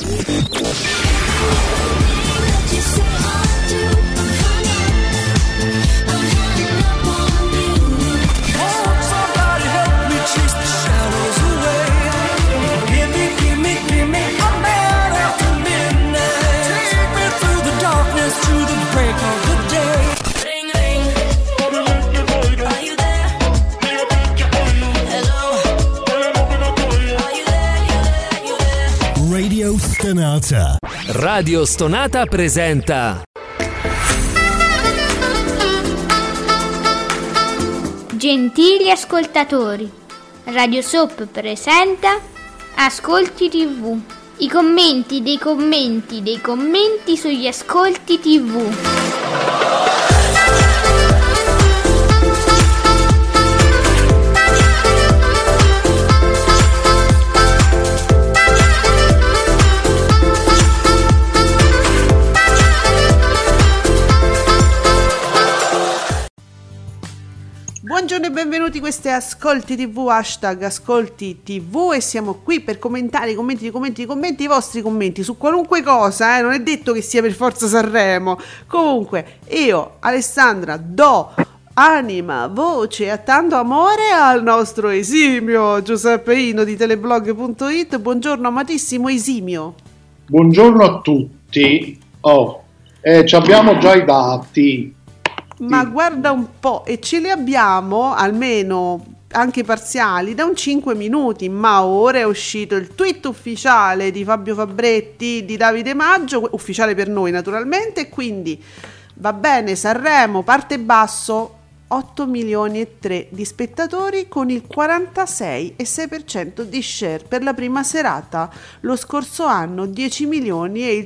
Radio Stonata presenta Gentili ascoltatori, Radio Soap presenta Ascolti TV. I commenti dei commenti dei commenti sugli ascolti TV. Buongiorno e benvenuti, questi Ascolti TV, hashtag Ascolti TV, e siamo qui per commentare i commenti, i vostri commenti su qualunque cosa, non è detto che sia per forza Sanremo. Comunque io, Alessandra, do anima, voce e tanto amore al nostro esimio Giuseppe Ino di teleblog.it. Buongiorno amatissimo esimio. Buongiorno a tutti. Ci abbiamo già i dati. Ma guarda un po', e ce li abbiamo almeno anche parziali da un 5 minuti, ma ora è uscito il tweet ufficiale di Fabio Fabretti, di Davide Maggio, ufficiale per noi naturalmente, e quindi va bene, Sanremo parte basso, 8 milioni e 3 di spettatori con il 46,6% di share. Per la prima serata lo scorso anno 10 milioni e il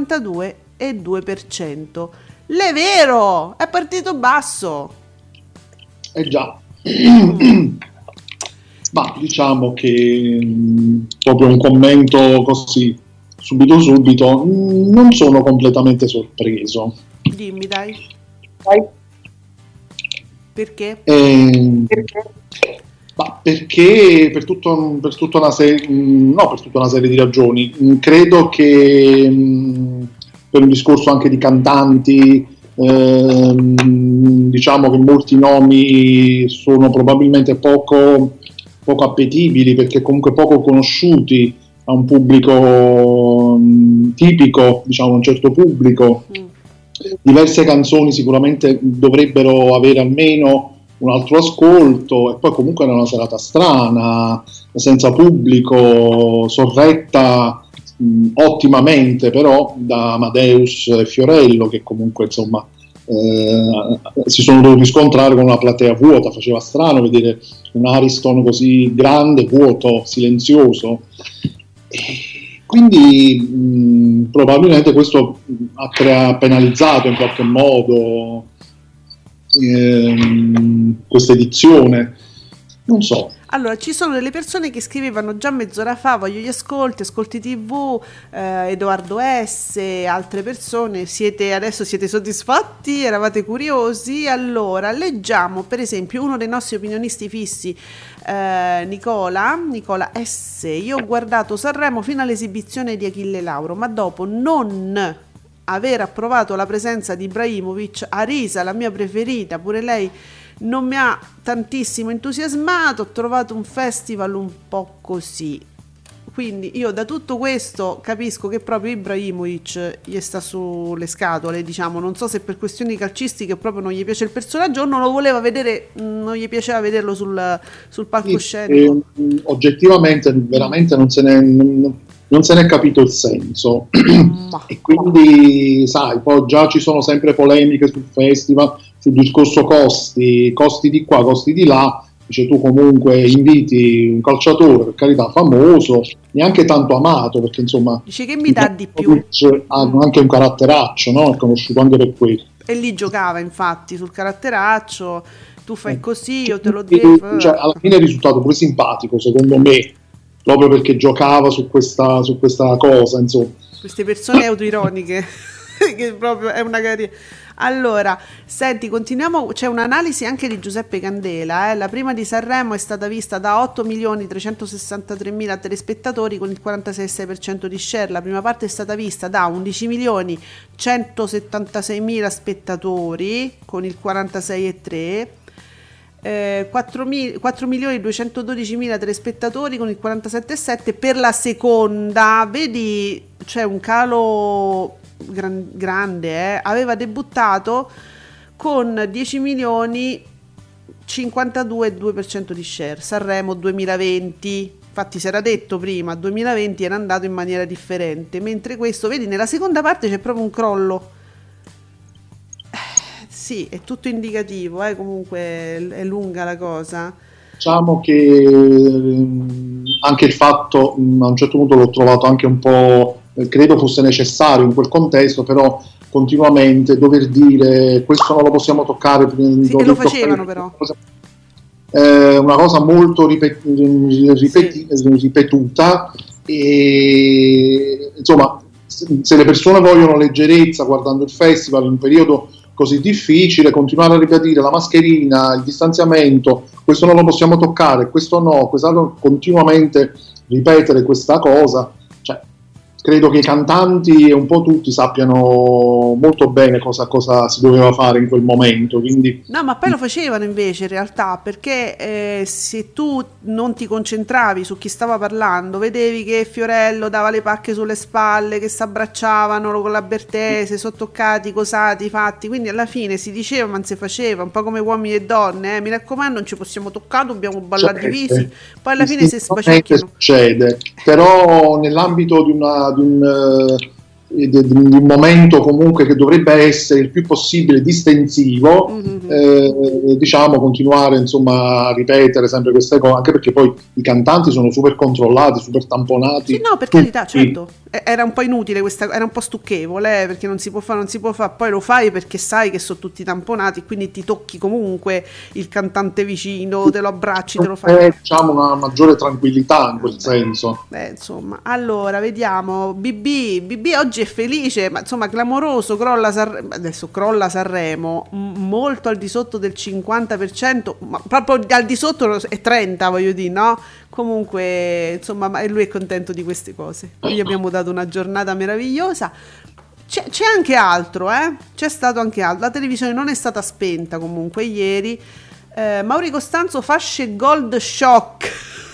52,2%. L'è vero, è partito basso. Già. Ma diciamo che proprio un commento così subito non sono completamente sorpreso. Dimmi dai. Perché? Perché per tutta una serie di ragioni. Credo che per un discorso anche di cantanti, diciamo che molti nomi sono probabilmente poco appetibili, perché comunque poco conosciuti a un pubblico tipico, diciamo un certo pubblico. Diverse canzoni sicuramente dovrebbero avere almeno un altro ascolto, e poi comunque era una serata strana, senza pubblico, sorretta ottimamente però da Amadeus e Fiorello, che comunque insomma si sono dovuti scontrare con una platea vuota. Faceva strano vedere un Ariston così grande, vuoto, silenzioso, e quindi probabilmente questo ha penalizzato in qualche modo questa edizione, non so. Allora, ci sono delle persone che scrivevano già mezz'ora fa: voglio gli ascolti TV, Edoardo S, altre persone, adesso siete soddisfatti? Eravate curiosi? Allora, leggiamo per esempio uno dei nostri opinionisti fissi, Nicola S. Io ho guardato Sanremo fino all'esibizione di Achille Lauro, ma dopo non aver approvato la presenza di Ibrahimovic, Arisa, la mia preferita, pure lei non mi ha tantissimo entusiasmato, ho trovato un festival un po' così. Quindi io da tutto questo capisco che proprio Ibrahimovic gli sta sulle scatole, diciamo. Non so se per questioni calcistiche proprio non gli piace il personaggio o non lo voleva vedere, non gli piaceva vederlo sul palcoscenico. Oggettivamente veramente non se ne è capito il senso. E quindi sai, poi già ci sono sempre polemiche sul festival, sul discorso costi di qua, costi di là. Dice, tu comunque inviti un calciatore, per carità, famoso, neanche tanto amato, perché insomma dice che mi dà di più, ha anche un caratteraccio, no? È conosciuto anche per quello, e lì giocava infatti sul caratteraccio, tu fai così, io te lo devo, cioè, alla fine è risultato pure simpatico secondo me, proprio perché giocava su questa cosa, insomma. Queste persone autoironiche. che proprio è una carriera. Allora, senti, continuiamo, c'è un'analisi anche di Giuseppe Candela, la prima di Sanremo è stata vista da 8.363.000 telespettatori con il 46,6% di share, la prima parte è stata vista da 11.176.000 spettatori con il 46,3%, 4.212.000 telespettatori con il 47,7%, per la seconda, vedi, c'è un calo grande, aveva debuttato con 10 milioni 52,2% di share, Sanremo 2020, infatti si era detto prima 2020 era andato in maniera differente, mentre questo, vedi, nella seconda parte c'è proprio un crollo. Sì, è tutto indicativo, comunque è lunga la cosa. Diciamo che anche il fatto, a un certo punto l'ho trovato anche un po', credo fosse necessario in quel contesto, però continuamente dover dire questo non lo possiamo toccare. Sì, e lo facevano però. Una cosa molto ripetuta, e insomma, se le persone vogliono leggerezza guardando il festival in un periodo così difficile, continuare a ribadire la mascherina, il distanziamento, questo non lo possiamo toccare, questo no, quest'altro, continuamente ripetere questa cosa, cioè, credo che i cantanti e un po' tutti sappiano molto bene cosa si doveva fare in quel momento, quindi... No, ma poi lo facevano invece in realtà, perché se tu non ti concentravi su chi stava parlando, vedevi che Fiorello dava le pacche sulle spalle, che si abbracciavano con la Bertese, sono toccati, cosati, fatti, quindi alla fine si diceva ma non si faceva, un po' come uomini e donne, mi raccomando, non ci possiamo toccare, dobbiamo ballare divisi, poi alla fine si sbacciacchiano. Succede, però nell'ambito di un momento comunque che dovrebbe essere il più possibile distensivo, diciamo, continuare insomma a ripetere sempre queste cose, anche perché poi i cantanti sono super controllati, super tamponati. Sì, no, per carità, certo, era un po' inutile questa, era un po' stucchevole, perché non si può fare, poi lo fai perché sai che sono tutti tamponati, quindi ti tocchi comunque il cantante vicino, te lo abbracci, te lo fai. Diciamo una maggiore tranquillità in quel senso. Insomma, allora vediamo, BB oggi è felice, ma insomma clamoroso, crolla Sanremo, molto al di sotto del 50%, ma proprio al di sotto è 30, voglio dire, no? Comunque, insomma, lui è contento di queste cose. Gli abbiamo dato una giornata meravigliosa. C'è anche altro, c'è stato anche altro. La televisione non è stata spenta comunque ieri. Mauri Costanzo, fasce Gold Shock.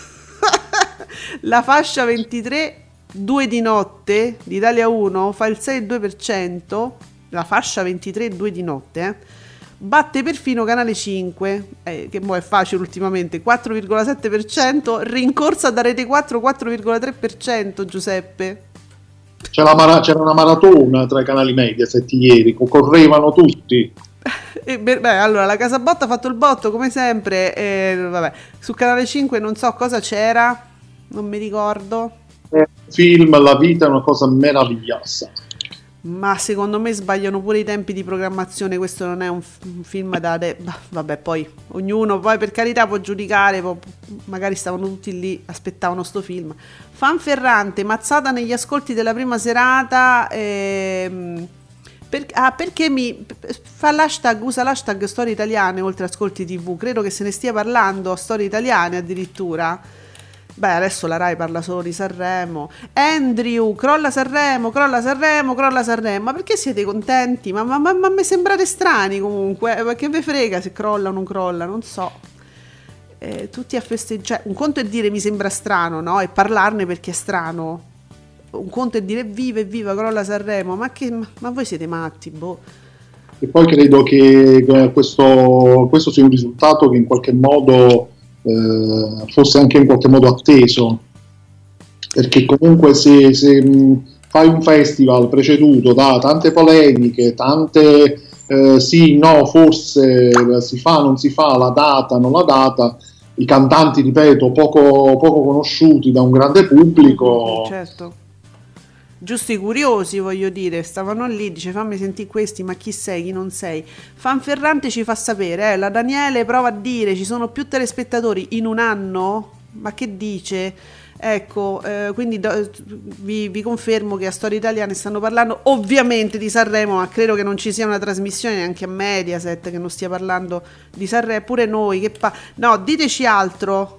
La fascia 23, 2 di notte di Italia 1 fa il 6,2%. La fascia 23, 2 di notte, batte perfino Canale 5, che mo è facile ultimamente, 4,7%, rincorsa da Rete 4, 4,3%, Giuseppe. C'era una maratona tra i canali Mediaset ieri, correvano tutti. Allora la Casabotta ha fatto il botto come sempre, vabbè, su Canale 5 non so cosa c'era, non mi ricordo. Film, la vita è una cosa meravigliosa. Ma secondo me sbagliano pure i tempi di programmazione, questo non è un film da... vabbè, poi ognuno poi per carità può giudicare, magari stavano tutti lì, aspettavano sto film. Fanferrante, mazzata negli ascolti della prima serata, perché fa l'hashtag, usa l'hashtag storie italiane oltre ascolti TV, credo che se ne stia parlando, storie italiane addirittura. Beh, adesso la Rai parla solo di Sanremo. Andrew, crolla Sanremo. Ma perché siete contenti? Ma mi sembrate strani comunque. Ma che ve frega se crolla o non crolla? Non so. Tutti a festeggiare. Un conto è dire mi sembra strano, no? E parlarne perché è strano. Un conto è dire viva, crolla Sanremo. Ma voi siete matti, boh. E poi credo che questo sia un risultato che in qualche modo... fosse anche in qualche modo atteso, perché comunque se fai un festival preceduto da tante polemiche, tante sì, no, forse si fa, non si fa, la data, non la data, i cantanti, ripeto, poco conosciuti da un grande pubblico, certo, giusto i curiosi, voglio dire, stavano lì, dice fammi sentire questi, ma chi sei, chi non sei. Fanferrante ci fa sapere, la Daniele prova a dire ci sono più telespettatori in un anno, ma che dice? Ecco, quindi vi confermo che a Storie Italiane stanno parlando ovviamente di Sanremo, ma credo che non ci sia una trasmissione neanche a Mediaset che non stia parlando di Sanremo, pure noi no, diteci altro.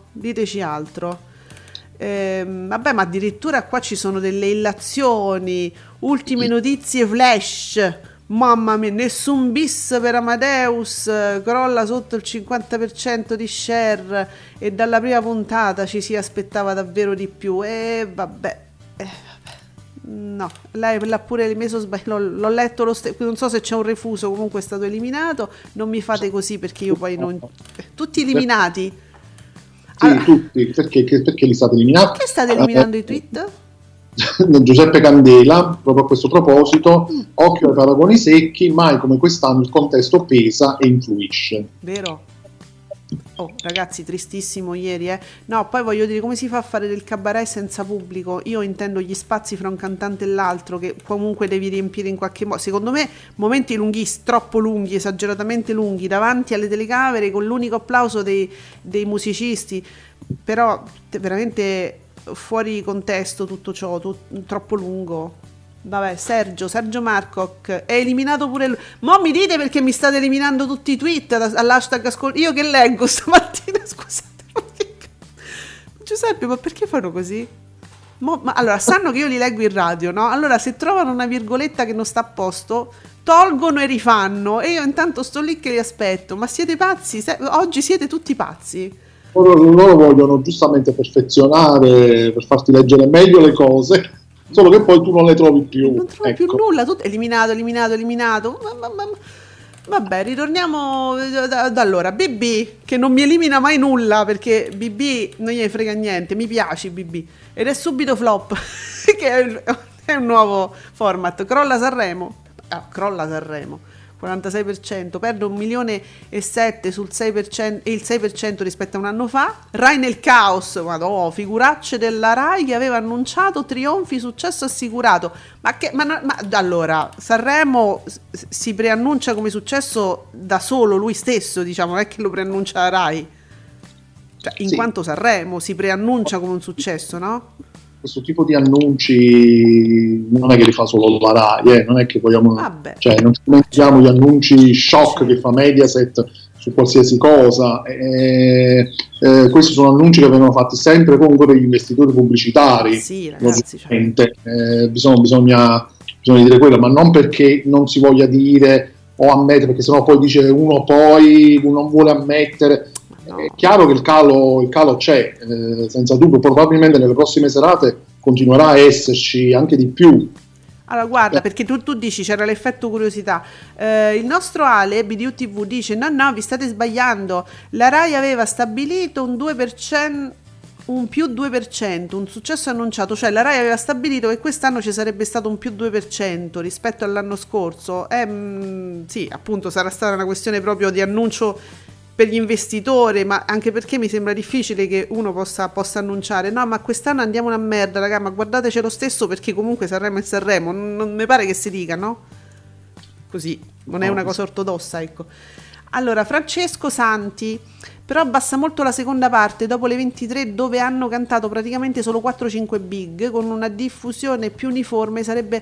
Vabbè, ma addirittura qua ci sono delle illazioni, ultime notizie flash. Mamma mia, nessun bis per Amadeus, crolla sotto il 50% di share e dalla prima puntata ci si aspettava davvero di più. E vabbè. No, lei l'ha pure messo sbagliato, l'ho letto non so se c'è un refuso, comunque è stato eliminato. Non mi fate così perché io poi non... Tutti eliminati? Sì, allora, tutti, perché li state eliminando? Perché state eliminando i tweet? Giuseppe Candela, proprio a questo proposito, occhio ai paragoni secchi, mai come quest'anno il contesto pesa e influisce. Vero? Oh, ragazzi, tristissimo ieri, No, poi voglio dire, come si fa a fare del cabaret senza pubblico? Io intendo gli spazi fra un cantante e l'altro che comunque devi riempire in qualche modo. Secondo me, momenti lunghissimi, troppo lunghi, esageratamente lunghi, davanti alle telecamere con l'unico applauso dei musicisti, però veramente fuori contesto tutto ciò, troppo lungo. Vabbè, Sergio Marcoc è eliminato pure lui. Mo mi dite perché mi state eliminando tutti i tweet all'hashtag io che leggo stamattina, scusate. Giuseppe, ma perché fanno così? Ma allora, sanno che io li leggo in radio, no? Allora se trovano una virgoletta che non sta a posto, tolgono e rifanno, e io intanto sto lì che li aspetto. Ma siete pazzi? Oggi siete tutti pazzi. Loro vogliono giustamente perfezionare per farti leggere meglio le cose, solo che poi tu non le trovi più. Non trovi più nulla, tutto eliminato. Vabbè, ritorniamo da allora. BB, che non mi elimina mai nulla, perché BB non gliene frega niente, mi piace BB, ed è subito flop, che è un nuovo format. Crolla Sanremo, 46%, perde 1,7 milioni sul 6% e il 6% rispetto a un anno fa. Rai nel caos, figuracce della Rai che aveva annunciato trionfi, successo assicurato. Ma allora, Sanremo si preannuncia come successo da solo lui stesso, diciamo, non è che lo preannuncia la Rai. Cioè, in quanto Sanremo si preannuncia come un successo, no? Questo tipo di annunci non è che li fa solo la Rai, non è che vogliamo, cioè non ci dimentichiamo gli annunci shock che fa Mediaset su qualsiasi cosa. Questi sono annunci che vengono fatti sempre comunque per gli investitori pubblicitari. Sì, ragazzi, bisogna dire quello, ma non perché non si voglia dire o ammettere, perché sennò poi dice uno poi non vuole ammettere. No. È chiaro che il calo c'è, senza dubbio, probabilmente nelle prossime serate continuerà a esserci anche di più. Allora guarda, perché tu dici c'era l'effetto curiosità, il nostro Ale BDU TV dice no, vi state sbagliando, la Rai aveva stabilito un 2%, un più 2%, un successo annunciato, cioè la Rai aveva stabilito che quest'anno ci sarebbe stato un più 2% rispetto all'anno scorso. Sì, appunto sarà stata una questione proprio di annuncio per gli investitori, ma anche perché mi sembra difficile che uno possa annunciare no, ma quest'anno andiamo una merda, raga, ma guardateci lo stesso, perché comunque Sanremo è Sanremo, non mi pare che si dica, no? Così, non è una cosa ortodossa, ecco. Allora, Francesco Santi, però abbassa molto la seconda parte, dopo le 23, dove hanno cantato praticamente solo 4-5 big, con una diffusione più uniforme, sarebbe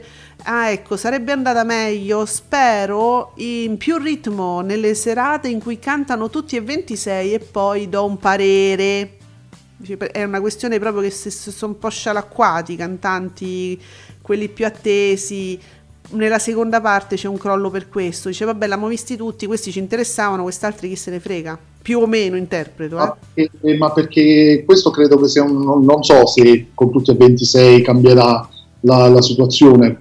andata meglio, spero, in più ritmo, nelle serate in cui cantano tutti e 26, e poi do un parere. È una questione proprio che sono un po' scialacquati i cantanti, quelli più attesi. Nella seconda parte c'è un crollo per questo, dice vabbè, l'abbiamo visti tutti, questi ci interessavano, quest'altri chi se ne frega, più o meno interpreto. Ma perché questo credo che sia non so se con tutti e 26 cambierà la situazione.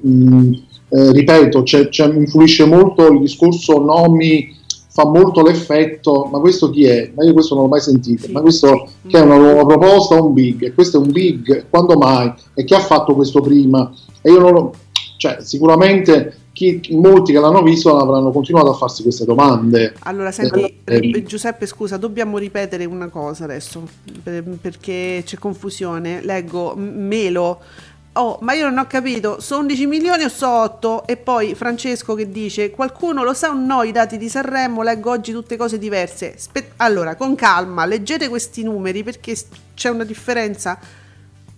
Ripeto, influisce molto il discorso nomi, fa molto l'effetto, ma questo chi è? Ma io questo non l'ho mai sentito, ma questo che è una nuova proposta, un big, e questo è un big, quando mai? E chi ha fatto questo prima? E io non lo... Cioè, sicuramente molti che l'hanno visto avranno continuato a farsi queste domande. Allora, senti, Giuseppe, scusa, dobbiamo ripetere una cosa adesso, perché c'è confusione. Leggo Melo. Oh, ma io non ho capito, sono 11 milioni o so 8? E poi Francesco che dice, qualcuno lo sa o no i dati di Sanremo? Leggo oggi tutte cose diverse. Allora, con calma, leggete questi numeri, perché c'è una differenza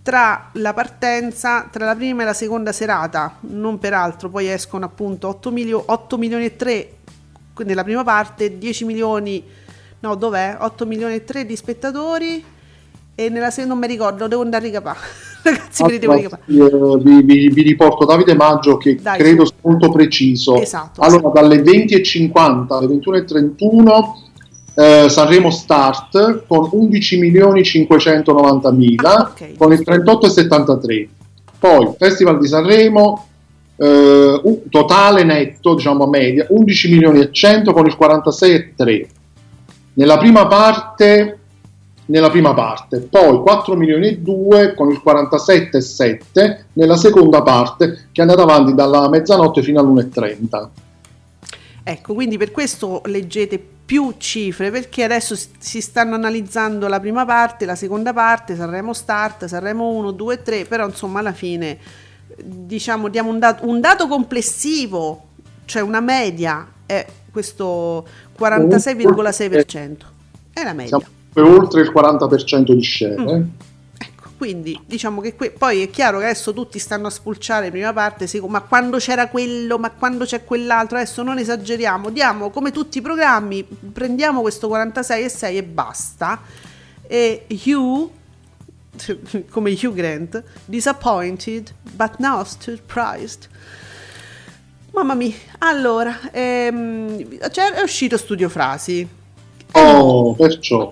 tra la partenza, tra la prima e la seconda serata, non per altro, poi escono appunto 8 milioni e 3 nella prima parte, 10 milioni, no dov'è? 8 milioni e 3 di spettatori, e nella seconda non mi ricordo, devo andare a ricapare. Ragazzi, me li devo ricapare. Vi riporto Davide Maggio che Dai, credo sì. sia molto preciso. Esatto. Allora, dalle 20.50 alle 21.31 Sanremo Start con 11.590.000, ok. con il 38,73. Poi Festival di Sanremo totale netto, diciamo media, 11 milioni e 100 con il 46,3. Nella prima parte, poi 4 milioni e 2 con il 47,7 nella seconda parte, che è andata avanti dalla mezzanotte fino all'1.30. Ecco, quindi per questo leggete più cifre, perché adesso si stanno analizzando la prima parte, la seconda parte, Sanremo Start, Sanremo 1, 2, 3, però insomma alla fine diciamo diamo un dato complessivo, cioè una media è questo 46,6%. È la media. Siamo oltre il 40% di share. Ecco, quindi diciamo che poi è chiaro che adesso tutti stanno a spulciare prima parte, ma quando c'era quello, ma quando c'è quell'altro, adesso non esageriamo, diamo come tutti i programmi, prendiamo questo 46,6 e basta. E Hugh, come Hugh Grant, disappointed but not surprised. Mamma mia, allora è uscito Studio Frasi. Perciò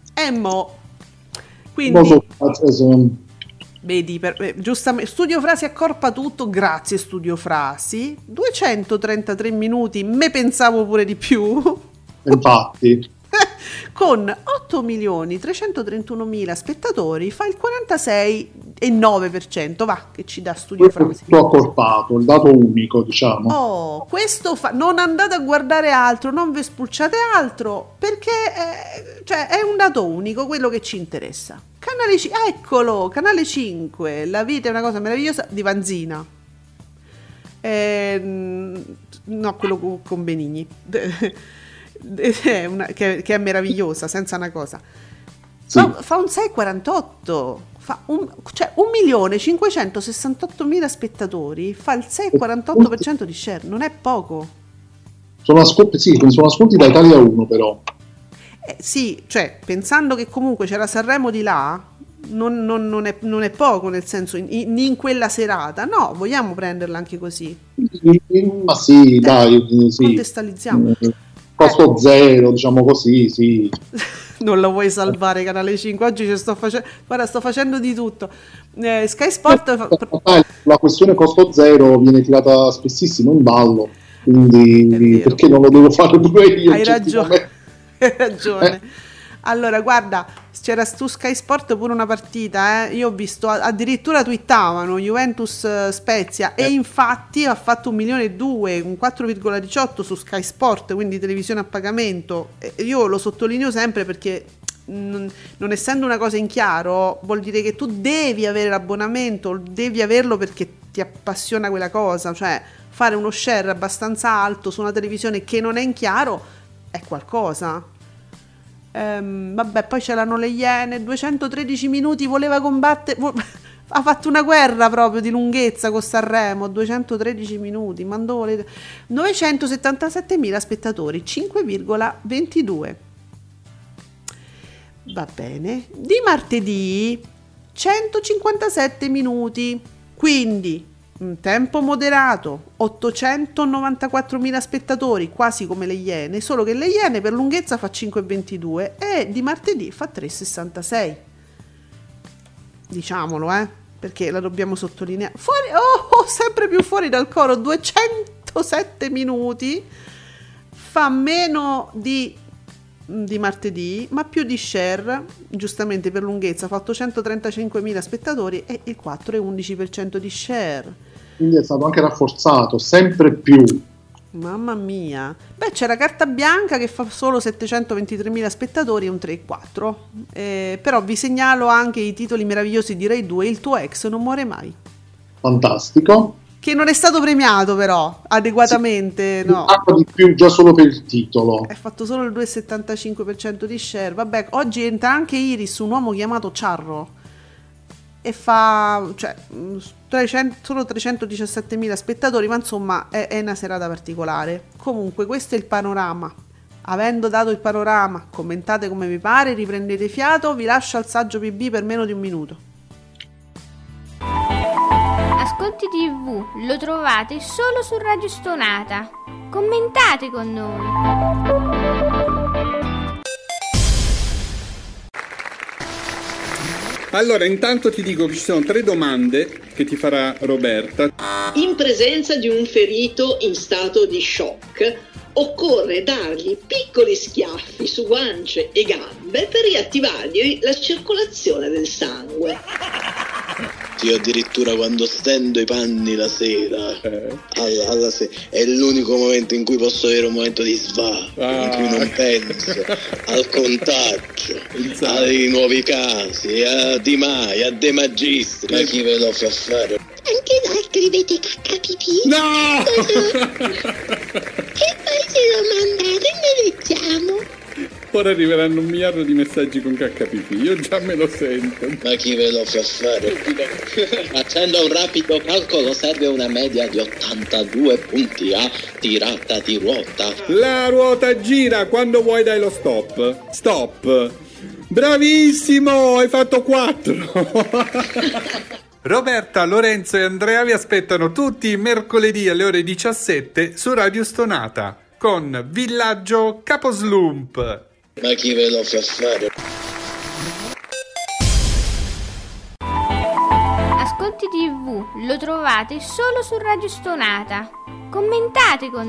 Quindi vedi, giustamente Studio Frasi accorpa tutto, grazie Studio Frasi. 233 minuti, me pensavo pure di più. Infatti. Con 8.331.000 spettatori fa il 46,9%, va, che ci dà Studio Frasi. Tutto accorpato, il dato unico, diciamo. Questo non andate a guardare altro, non vi spulciate altro, perché è un dato unico, quello che ci interessa. Eccolo, Canale 5, La vita è una cosa meravigliosa di Vanzina. No, quello con Benigni. Che è meravigliosa, senza una cosa. Sì. Fa un 6,48, fa 1.568.000 spettatori, fa il 6,48% di share, non è poco. Sono ascolti da Italia 1 però. Sì, cioè pensando che comunque c'era Sanremo di là, non è poco, nel senso in quella serata, no, vogliamo prenderla anche così. Ma sì, dai, sì. Contestualizziamo. Costo zero, diciamo così, sì. Non lo vuoi salvare Canale 5? Oggi sto facendo di tutto. Sky Sport la questione costo zero viene tirata spessissimo in ballo, quindi perché non lo devo fare pure io? Hai ragione. Allora guarda, c'era su Sky Sport pure una partita, io ho visto, addirittura twittavano Juventus Spezia, e infatti ha fatto 1,2 milioni, un 4,18 su Sky Sport, quindi televisione a pagamento. Io lo sottolineo sempre perché non essendo una cosa in chiaro vuol dire che tu devi avere l'abbonamento, devi averlo perché ti appassiona quella cosa, cioè fare uno share abbastanza alto su una televisione che non è in chiaro è qualcosa. Vabbè, poi c'erano le Iene, 213 minuti, voleva combattere, ha fatto una guerra proprio di lunghezza con Sanremo, 213 minuti, 977.000 spettatori, 5,22. Va bene. Di martedì 157 minuti, quindi un tempo moderato, 894.000 spettatori, quasi come le Iene, solo che le Iene per lunghezza fa 5,22 e di martedì fa 3,66. Diciamolo, perché la dobbiamo sottolineare. Fuori, sempre più fuori dal coro, 207 minuti, fa meno di martedì, ma più di share, giustamente per lunghezza, fa 835.000 spettatori e il 4,11% di share. Quindi è stato anche rafforzato, sempre più. Mamma mia. Beh, c'era Carta Bianca che fa solo 723.000 spettatori e un 3,4. Però vi segnalo anche i titoli meravigliosi di Rai 2, Il tuo ex non muore mai. Fantastico. Che non è stato premiato però adeguatamente, sì, no. Di più già solo per il titolo. È fatto solo il 2,75% di share. Vabbè, oggi entra anche Iris, un uomo chiamato Charro. e fa, cioè, solo 317.000 spettatori, ma insomma è una serata particolare. Comunque questo è il panorama. Avendo dato il panorama, commentate come vi pare, riprendete fiato, vi lascio al saggio PB per meno di un minuto. Ascolti TV lo trovate solo su Radio Stonata. Commentate con noi. Allora, intanto ti dico che ci sono 3 domande che ti farà Roberta. In presenza di un ferito in stato di shock, occorre dargli piccoli schiaffi su guance e gambe per riattivargli la circolazione del sangue. Io addirittura quando stendo i panni la sera, alla sera, è l'unico momento in cui posso avere un momento di in cui non penso al contagio, ai nuovi casi, a Di Maio, a De Magistri. Ma chi ve lo fa fare? Anche voi scrivete cacca pipì? No! E poi ce lo mandate e ne leggiamo. Ora arriveranno 1 miliardo di messaggi con KPP, io già me lo sento. Ma chi ve lo fa fare? Facendo un rapido calcolo serve una media di 82 punti a tirata di ruota. La ruota gira, quando vuoi dai lo stop. Stop. Bravissimo, hai fatto 4. Roberta, Lorenzo e Andrea vi aspettano tutti i mercoledì alle ore 17 su Radio Stonata con Villaggio Caposlump. Ma chi ve lo fa fare? Ascolti TV lo trovate solo su Radio Stonata. Commentate con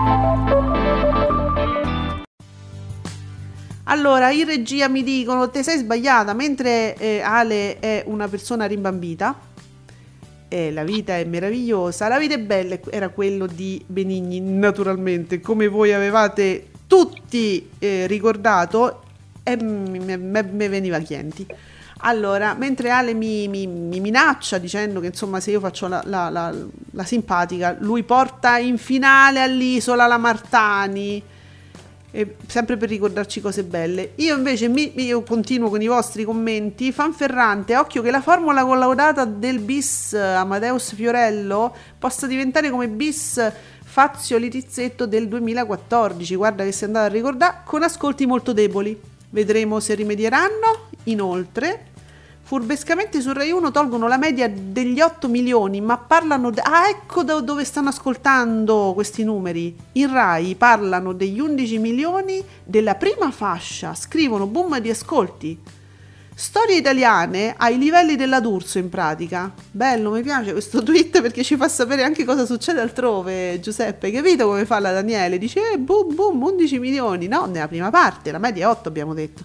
noi. Allora, in regia mi dicono: te sei sbagliata, mentre Ale è una persona rimbambita, la vita è meravigliosa, la vita è bella, era quello di Benigni, naturalmente, come voi avevate tutti ricordato, e mi veniva chienti. Allora, mentre Ale mi minaccia dicendo che insomma se io faccio la simpatica, lui porta in finale all'Isola la Martani, sempre per ricordarci cose belle. Io invece io continuo con i vostri commenti. Fanferrante: occhio che la formula collaudata del bis Amadeus Fiorello possa diventare come bis Fazio Litizzetto del 2014. Guarda che si è andata a ricordare, con ascolti molto deboli. Vedremo se rimedieranno. Inoltre, furbescamente su Rai 1 tolgono la media degli 8 milioni, ma parlano ecco dove stanno ascoltando questi numeri. In Rai parlano degli 11 milioni della prima fascia, scrivono boom di ascolti. Storie italiane ai livelli della D'Urso, in pratica. Bello, mi piace questo tweet perché ci fa sapere anche cosa succede altrove. Giuseppe, capito come fa la Daniele? Dice boom boom 11 milioni. No, nella prima parte, la media è 8 abbiamo detto.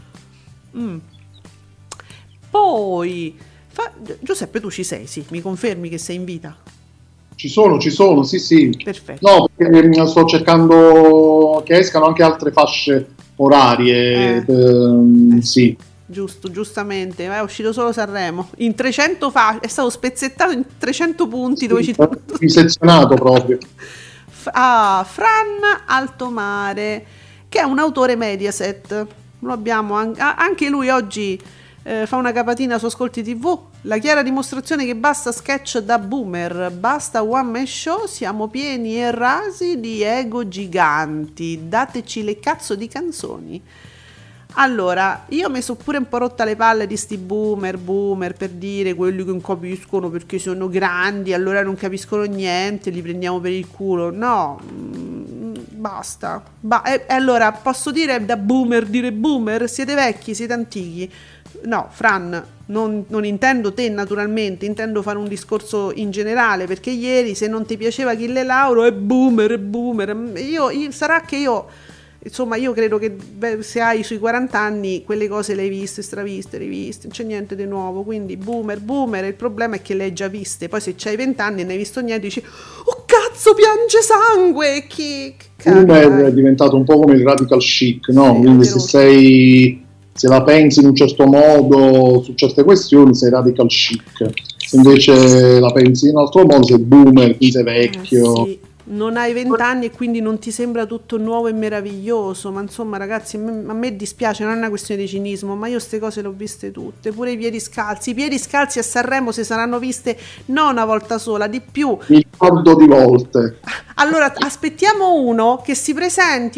Poi Giuseppe, tu ci sei, sì, mi confermi che sei in vita? Ci sono, sì. Perfetto. No, perché sto cercando che escano anche altre fasce orarie, sì. Giustamente, è uscito solo Sanremo in 300 fasce, è stato spezzettato in 300 punti, sì, dove ci disezionato proprio. Fran Altomare, che è un autore Mediaset, lo abbiamo anche lui oggi. Fa una capatina su Ascolti TV, la chiara dimostrazione che basta sketch da boomer, basta one man show, siamo pieni e rasi di ego giganti, dateci le cazzo di canzoni. Allora, io mi sono pure un po' rotta le palle di sti boomer per dire quelli che non capiscono perché sono grandi, allora non capiscono niente, li prendiamo per il culo. No, basta. Allora, posso dire da boomer, dire boomer? Siete vecchi, siete antichi. No, Fran, non intendo te naturalmente, intendo fare un discorso in generale, perché ieri se non ti piaceva Achille Lauro è boomer. Sarà che io, insomma, io credo che se hai sui 40 anni quelle cose le hai viste, straviste, riviste, non c'è niente di nuovo, quindi boomer, il problema è che le hai già viste, poi se c'hai 20 anni e ne hai visto niente dici oh cazzo piange sangue, boomer è diventato un po' come il radical chic, no? Sì, quindi se la pensi in un certo modo su certe questioni sei radical chic, se invece la pensi in un altro modo sei boomer, quindi sei vecchio. Sì. non hai 20 anni e quindi non ti sembra tutto nuovo e meraviglioso, ma insomma ragazzi, a me dispiace, non è una questione di cinismo, ma io queste cose le ho viste tutte, pure i piedi scalzi a Sanremo si saranno viste non una volta sola, di più, il ricordo di volte. Allora aspettiamo uno che si presenti,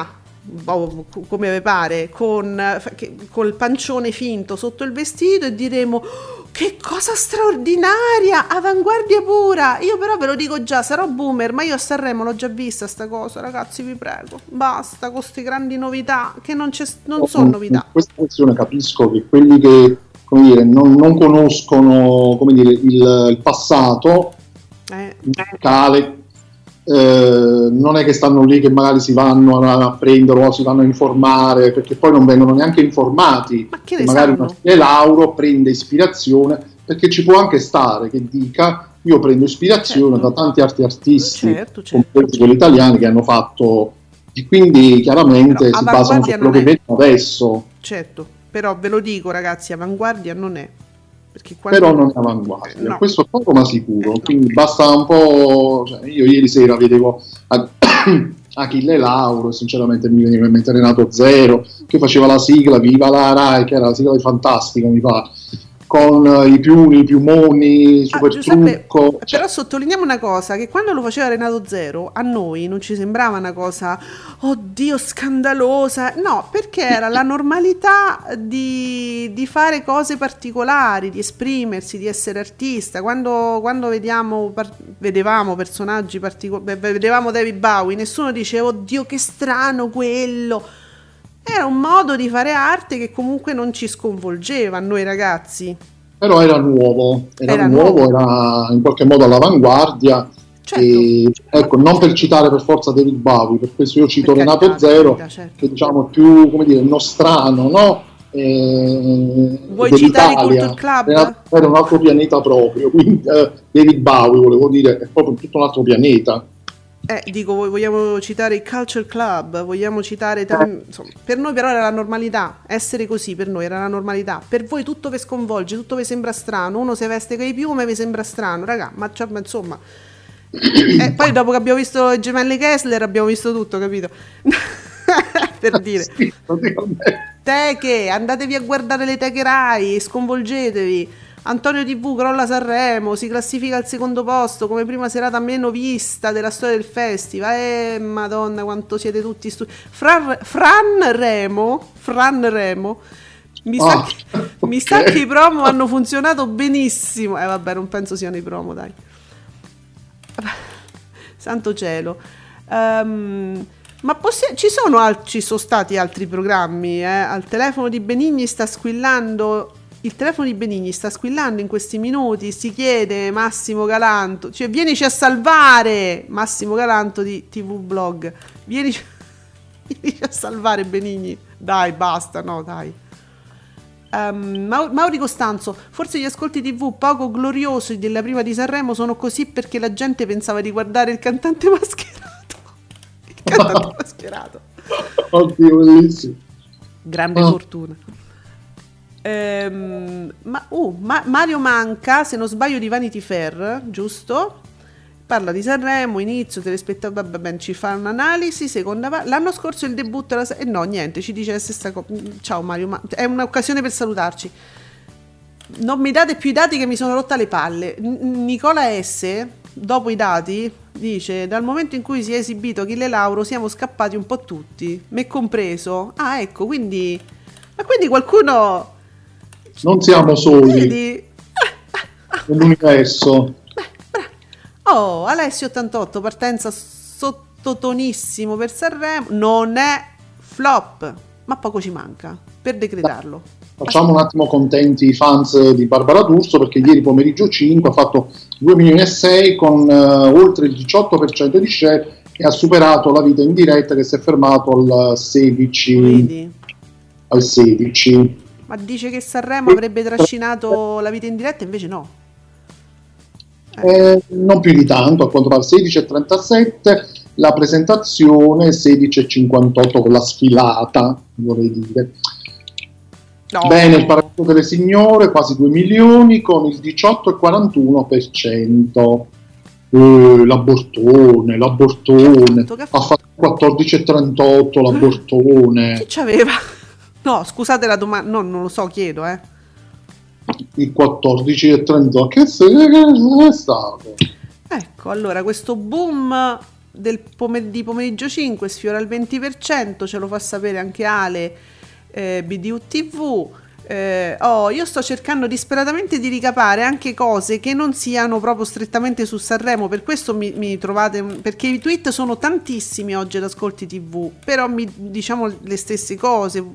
come vi pare, col pancione finto sotto il vestito e diremo: che cosa straordinaria, avanguardia pura. Io però ve lo dico già, sarò boomer, ma io a Sanremo l'ho già vista sta cosa, ragazzi, vi prego, basta con queste grandi novità che non sono novità. In questa questione capisco che quelli che, come dire, non conoscono, come dire, il passato musicale, non è che stanno lì che magari si vanno a prendere o si vanno a informare, perché poi non vengono neanche informati. Ma che ne magari sanno? uno stile Lauro prende ispirazione, perché ci può anche stare che dica: io prendo ispirazione da tanti altri artisti, compresi quelli italiani, che hanno fatto, e quindi chiaramente però si basano su quello che vedono adesso. Certo, però ve lo dico ragazzi, avanguardia non è. Però non è avanguardia, no. Questo è poco ma sicuro, quindi basta un po', cioè, io ieri sera vedevo Achille Lauro e sinceramente mi veniva in mente Renato Zero che faceva la sigla Viva la Rai, che era la sigla di Fantastico, mi pare, con i piumoni, super Giuseppe, trucco. Però sottolineiamo una cosa, che quando lo faceva Renato Zero a noi non ci sembrava una cosa oddio scandalosa, no, perché era la normalità di fare cose particolari, di esprimersi, di essere artista. Quando vedevamo personaggi particolari, vedevamo David Bowie, nessuno diceva oddio che strano quello. Era un modo di fare arte che comunque non ci sconvolgeva a noi ragazzi. Però era nuovo, era in qualche modo all'avanguardia. Certo. E, ecco, non per citare per forza David Bowie, per questo io cito Renato Zero, certo, che diciamo più, come dire, nostrano, no? Vuoi citare i Culture Club? Era un altro pianeta proprio, quindi David Bowie, volevo dire, è proprio tutto un altro pianeta. Vogliamo citare il Culture Club, vogliamo citare insomma, per noi però era la normalità, essere così per noi era la normalità, per voi tutto vi sconvolge, tutto vi sembra strano, uno se veste con i piume vi sembra strano, raga, ma insomma poi dopo che abbiamo visto i gemelli Kessler abbiamo visto tutto, capito? Per dire sì, teche, andatevi a guardare le teche Rai, sconvolgetevi. Antonio TV crolla Sanremo, si classifica al secondo posto come prima serata meno vista della storia del festival. Madonna quanto siete tutti Fran Remo mi sa che i promo hanno funzionato benissimo. Vabbè, non penso siano i promo, dai. Santo cielo. Ma ci sono stati altri programmi, Al telefono di Benigni sta squillando. Il telefono di Benigni sta squillando in questi minuti, si chiede Massimo Galanto, cioè vienici a salvare, Massimo Galanto di TV Blog, vienici a salvare Benigni, dai basta, no dai. Mauri Costanzo, forse gli ascolti TV poco gloriosi della prima di Sanremo sono così perché la gente pensava di guardare il cantante mascherato. Oddio, bellissimo. Grande fortuna. Mario Manca, se non sbaglio, di Vanity Fair, giusto? Parla di Sanremo, inizio, telespettatori, ci fa un'analisi, l'anno scorso il debutto no, niente, ci dice la stessa cosa. Ciao Mario, ma è un'occasione per salutarci. Non mi date più i dati che mi sono rotta le palle. Nicola S, dopo i dati, dice: dal momento in cui si è esibito Achille Lauro siamo scappati un po' tutti, me compreso. Ah, ecco, quindi qualcuno... Non siamo soli nell'universo. Alessio 88, partenza sottotonissimo per Sanremo, non è flop, ma poco ci manca per decretarlo. Facciamo un attimo contenti i fans di Barbara D'Urso, perché ieri pomeriggio 5 ha fatto 2 milioni e 6 con oltre il 18% di share e ha superato la vita in diretta che si è fermato al 16. Vedi? Al 16. Ma dice che Sanremo avrebbe trascinato la vita in diretta, invece no. Non più di tanto, a quanto pare 16,37, la presentazione 16,58 con la sfilata, vorrei dire. No. Bene, il paracadute delle signore, quasi 2 milioni con il 18,41%. L'abortone, ha fatto 14,38 l'abortone. Chi c'aveva? No, scusate la domanda, no, non lo so, chiedo, Il 14,38, che è stato? Ecco, allora, questo boom di pomeriggio 5 sfiora il 20%, ce lo fa sapere anche Ale, BDU TV. Io sto cercando disperatamente di ricapare anche cose che non siano proprio strettamente su Sanremo, per questo mi trovate, perché i tweet sono tantissimi oggi ad Ascolti TV, però diciamo le stesse cose.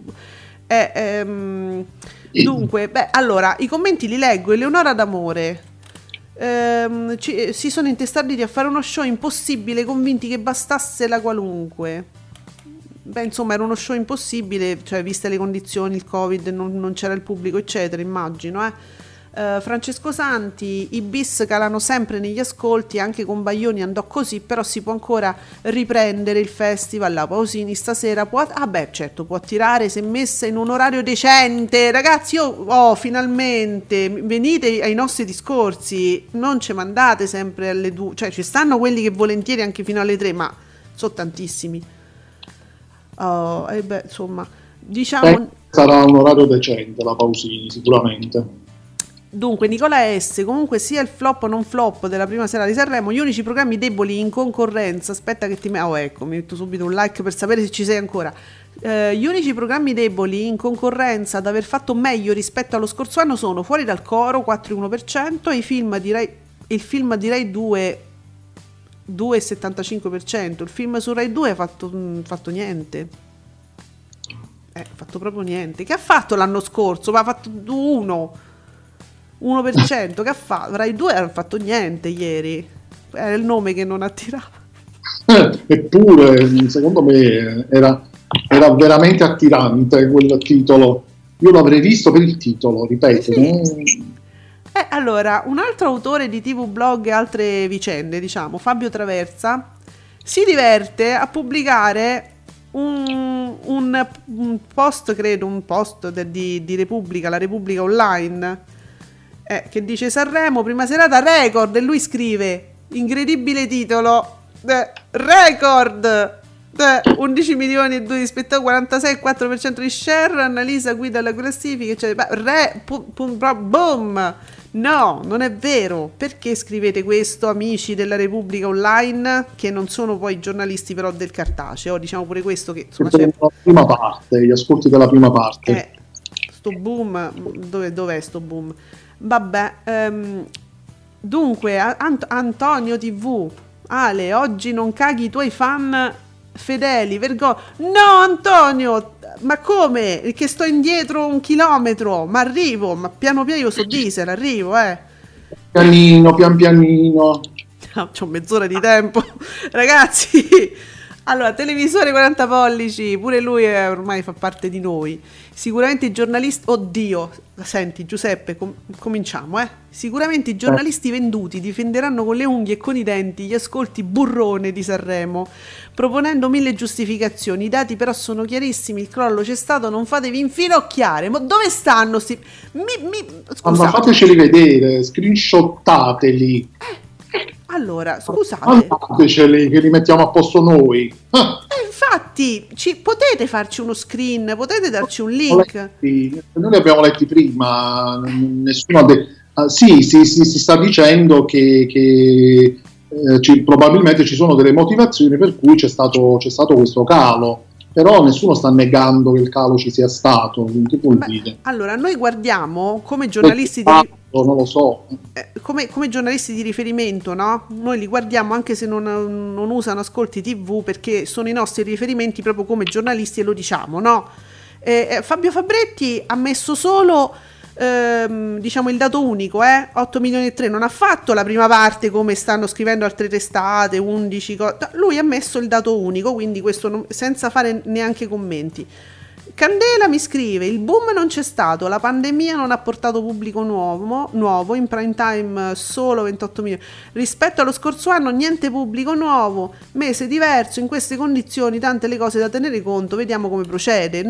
Dunque, allora i commenti li leggo. Eleonora D'Amore: si sono intestarditi a fare uno show impossibile, convinti che bastasse la qualunque. Insomma, era uno show impossibile, cioè viste le condizioni, il Covid, non c'era il pubblico, eccetera, immagino. Francesco Santi: i bis calano sempre negli ascolti, anche con Baglioni andò così, però si può ancora riprendere il festival. La Pausini stasera può, certo, può tirare se messa in un orario decente. Ragazzi, finalmente venite ai nostri discorsi, non ci mandate sempre alle 2, cioè ci stanno quelli che volentieri anche fino alle 3, ma sono tantissimi. Insomma, diciamo sarà un orario decente la Pausini, sicuramente. Dunque, Nicola S: comunque sia il flop o non flop della prima sera di Sanremo, gli unici programmi deboli in concorrenza, aspetta che ecco, mi metto subito un like per sapere se ci sei ancora. Gli unici programmi deboli in concorrenza ad aver fatto meglio rispetto allo scorso anno sono Fuori dal coro 4,1%, il film di Rai 2,75%, il film su Rai 2 ha fatto niente. Ha fatto proprio niente. Che ha fatto l'anno scorso? Ma ha fatto 1%. Che ha fatto? Rai 2 ha fatto niente ieri. Era il nome che non attirava. Eppure, secondo me, era veramente attirante quel titolo. Io l'avrei visto per il titolo, ripeto. Sì. Allora, un altro autore di TV blog e altre vicende, diciamo, Fabio Traversa, si diverte a pubblicare un post, credo, un post di Repubblica, la Repubblica Online, che dice Sanremo, prima serata record, e lui scrive, incredibile titolo, record, 11 milioni e 2 di spettatori, 46,4% di share, Annalisa guida la classifica, eccetera. Boom! No, non è vero. Perché scrivete questo, amici della Repubblica Online, che non sono poi giornalisti però del cartaceo? Diciamo pure questo, che insomma c'è la prima parte, gli ascolti della prima parte. Sto boom, dov'è sto boom? Vabbè, dunque, Antonio TV, Ale, oggi non caghi i tuoi fan fedeli, vergogna. No, Antonio, ma come? Che sto indietro 1 chilometro, ma arrivo, ma piano piano, io so diesel, arrivo, pian pianino. C'ho mezz'ora di tempo, ragazzi. Allora, televisore 40 pollici, pure lui ormai fa parte di noi. Sicuramente i giornalisti, oddio, senti Giuseppe, cominciamo, Sicuramente i giornalisti venduti difenderanno con le unghie e con i denti gli ascolti burrone di Sanremo, proponendo 1000 giustificazioni. I dati però sono chiarissimi, il crollo c'è stato, non fatevi infinocchiare. Ma dove stanno sti... Ma fateceli vedere, screenshottateli. Allora, scusate, fateceli che li mettiamo a posto noi. Infatti, potete farci uno screen, potete darci un link. Noi li abbiamo letti prima, nessuno si sta dicendo che probabilmente ci sono delle motivazioni per cui c'è stato questo calo, però nessuno sta negando che il calo ci sia stato. Che vuol dire? Allora, noi guardiamo come giornalisti non lo so. Come giornalisti di riferimento, no? Noi li guardiamo anche se non usano Ascolti TV, perché sono i nostri riferimenti proprio come giornalisti, e lo diciamo, no? Fabio Fabretti ha messo solo diciamo il dato unico, 8 milioni e 3, non ha fatto la prima parte come stanno scrivendo altre testate, 11 lui ha messo il dato unico, quindi questo senza fare neanche commenti. Candela mi scrive: il boom non c'è stato, la pandemia non ha portato pubblico nuovo, in prime time solo 28 milioni, rispetto allo scorso anno niente pubblico nuovo, mese diverso, in queste condizioni tante le cose da tenere conto, vediamo come procede.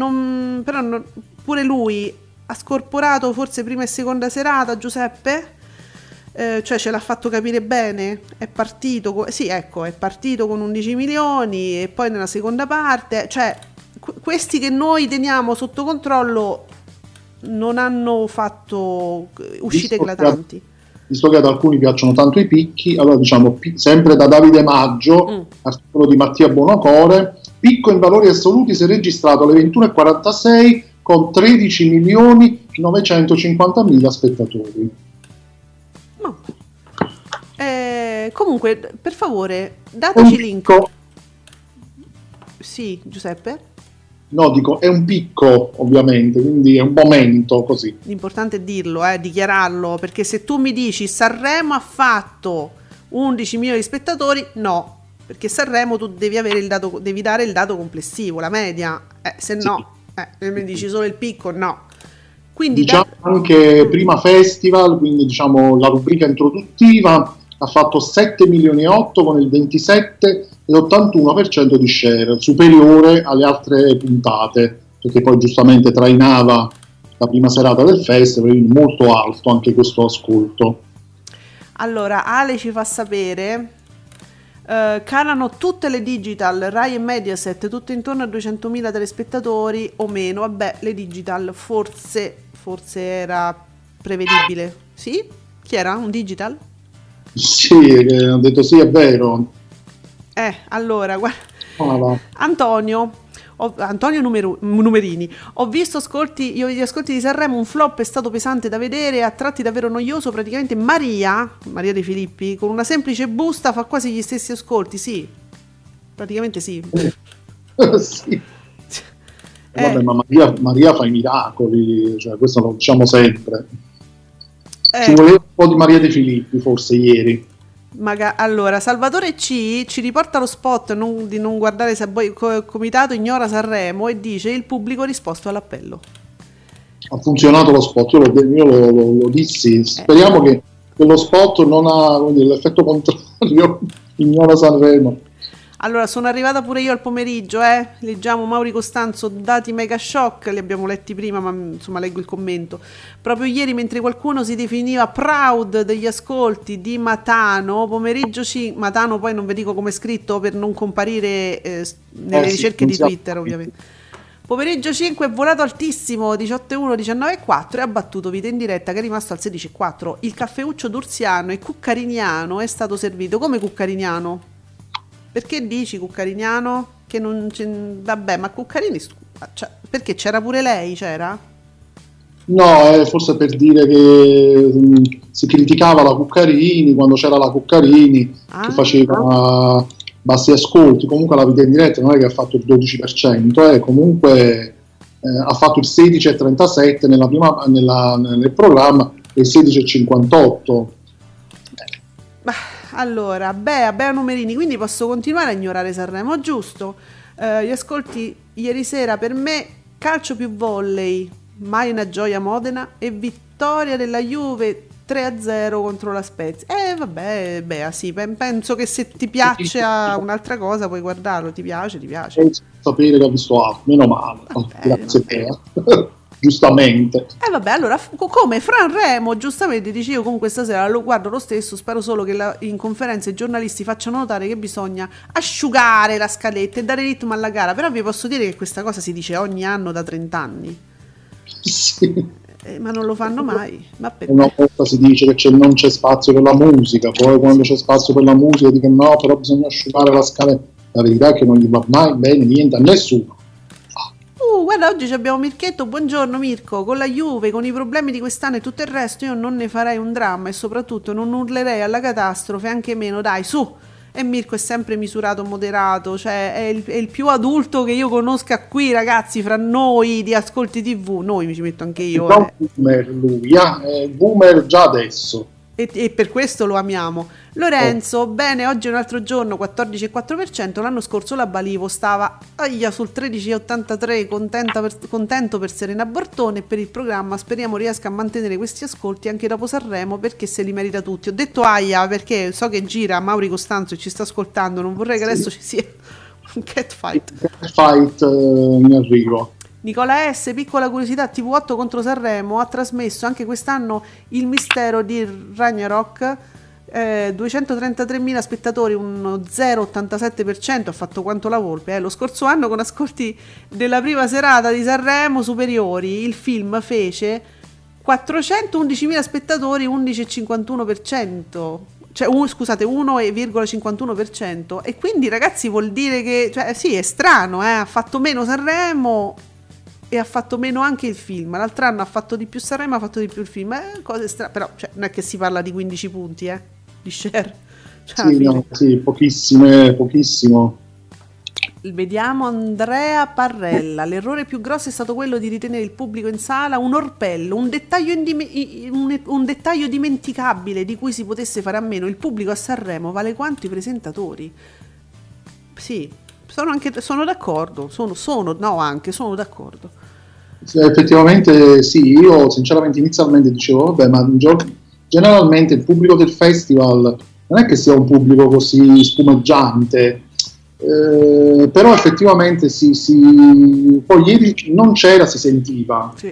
Pure lui ha scorporato forse prima e seconda serata, Giuseppe? Cioè ce l'ha fatto capire bene, è partito è partito con 11 milioni e poi nella seconda parte, cioè questi che noi teniamo sotto controllo non hanno fatto uscite eclatanti. Visto che ad alcuni piacciono tanto i picchi, allora diciamo sempre da Davide Maggio, articolo di Mattia Buonocore, picco in valori assoluti si è registrato alle 21:46 con 13.950.000 spettatori. Comunque, per favore, dateci link. Sì, Giuseppe? No, dico, è un picco, ovviamente, quindi è un momento così. L'importante è dirlo, dichiararlo, perché se tu mi dici Sanremo ha fatto 11 milioni di spettatori, no, perché Sanremo tu devi avere devi dare il dato complessivo, la media, se no, se mi dici solo il picco, no. Quindi diciamo anche prima festival, quindi diciamo la rubrica introduttiva ha fatto 7 milioni e 8 con il 27,81% di share, superiore alle altre puntate, perché poi giustamente trainava la prima serata del festival, quindi molto alto anche questo ascolto. Allora, Ale ci fa sapere, calano tutte le digital, Rai e Mediaset, tutte intorno a 200.000 telespettatori o meno. Vabbè, le digital forse era prevedibile. Sì? Chi era? Un digital? Sì, ho detto sì, è vero. Allora, guarda, Antonio Numerini, ho visto gli ascolti di Sanremo, un flop, è stato pesante da vedere, a tratti davvero noioso, praticamente Maria De Filippi con una semplice busta fa quasi gli stessi ascolti, sì, praticamente sì. Sì. Vabbè, ma Maria fa i miracoli, cioè questo lo diciamo sempre. Ci voleva un po' di Maria De Filippi forse ieri. Allora, Salvatore C ci riporta lo spot di non guardare se poi comitato ignora Sanremo e dice il pubblico ha risposto all'appello. Ha funzionato lo spot, io lo dissi, speriamo che lo spot non ha l'effetto contrario, ignora Sanremo. Allora, sono arrivata pure io al pomeriggio, leggiamo Mauri Costanzo, dati mega shock, li abbiamo letti prima, ma insomma leggo il commento. Proprio ieri, mentre qualcuno si definiva proud degli ascolti di Matano, pomeriggio Matano poi non vi dico come è scritto per non comparire nelle ricerche di Twitter, ovviamente. Pomeriggio 5 è volato altissimo, 18,1, 19,4 e ha battuto vita in diretta che è rimasto al 16,4. Il caffeuccio d'Urziano e Cuccariniano è stato servito come Cuccariniano. Perché dici Cuccariniano? Che non c'è... Vabbè, ma Cuccarini... Cioè, perché c'era pure lei, c'era? No, forse per dire che si criticava la Cuccarini quando c'era la Cuccarini che faceva bassi ascolti. Comunque la vita in diretta non è che ha fatto il 12%, comunque ha fatto il 16,37 nel programma e il 16,58. Allora, Bea Numerini, quindi posso continuare a ignorare Sanremo, giusto? Gli ascolti ieri sera per me, calcio più volley, mai una gioia Modena e vittoria della Juve 3-0 contro la Spezia. Vabbè, Bea, sì, penso che se ti piace un'altra cosa puoi guardarlo, ti piace. Senza sapere che ha visto altro, meno male. Grazie Bea. Giustamente. Vabbè, allora come Sanremo, giustamente dici, io comunque stasera lo guardo lo stesso, spero solo che in conferenza i giornalisti facciano notare che bisogna asciugare la scaletta e dare ritmo alla gara, però vi posso dire che questa cosa si dice ogni anno da 30 anni. Sì. Ma non lo fanno mai. Ma perché? Una volta si dice che non c'è spazio per la musica, poi quando c'è spazio per la musica dicono no, però bisogna asciugare la scaletta. La verità è che non gli va mai bene niente a nessuno. Guarda, oggi abbiamo Mirchetto, buongiorno Mirko, con la Juve, con i problemi di quest'anno e tutto il resto io non ne farei un dramma e soprattutto non urlerei alla catastrofe, anche meno, dai, su! E Mirko è sempre misurato, moderato, cioè è il più adulto che io conosca qui, ragazzi, fra noi di Ascolti TV, noi mi ci metto anche io. Boomer lui, boomer già adesso. E per questo lo amiamo. Lorenzo, bene, oggi è un altro giorno, 14,4%, l'anno scorso la Balivo stava sul 13,83%, contento per Serena Bortone e per il programma, speriamo riesca a mantenere questi ascolti anche dopo Sanremo perché se li merita tutti. Ho detto aia perché so che gira Mauri Costanzo e ci sta ascoltando, non vorrei che adesso ci sia un catfight. Catfight in arrivo. Nicola S, piccola curiosità, TV8 contro Sanremo ha trasmesso anche quest'anno Il mistero di Ragnarok, 233.000 spettatori, uno 0,87%, ha fatto quanto la Volpe. Lo scorso anno, con ascolti della prima serata di Sanremo superiori, il film fece 411.000 spettatori, 11,51%. Cioè, scusate, 1,51%. E quindi, ragazzi, vuol dire che, cioè, sì, è strano, ha fatto meno Sanremo e ha fatto meno anche il film. L'altro anno ha fatto di più Sanremo, ha fatto di più il film. Cose strane, però, cioè, non è che si parla di 15 punti, di share. Cioè, sì, no, sì, pochissimo. Vediamo Andrea Parrella. L'errore più grosso è stato quello di ritenere il pubblico in sala un orpello, un dettaglio dimenticabile di cui si potesse fare a meno. Il pubblico a Sanremo vale quanto i presentatori. Sì, sono d'accordo. Sono d'accordo. Sì, effettivamente sì, io sinceramente inizialmente dicevo vabbè, ma generalmente il pubblico del festival non è che sia un pubblico così spumeggiante. Però effettivamente poi ieri non c'era, si sentiva, sì.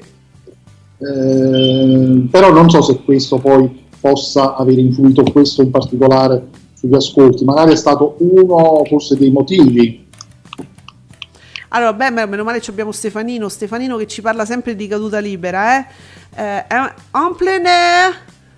Però non so se questo poi possa aver influito questo in particolare sugli ascolti, magari è stato uno forse dei motivi. Allora, meno male abbiamo Stefanino che ci parla sempre di caduta libera, en plein air.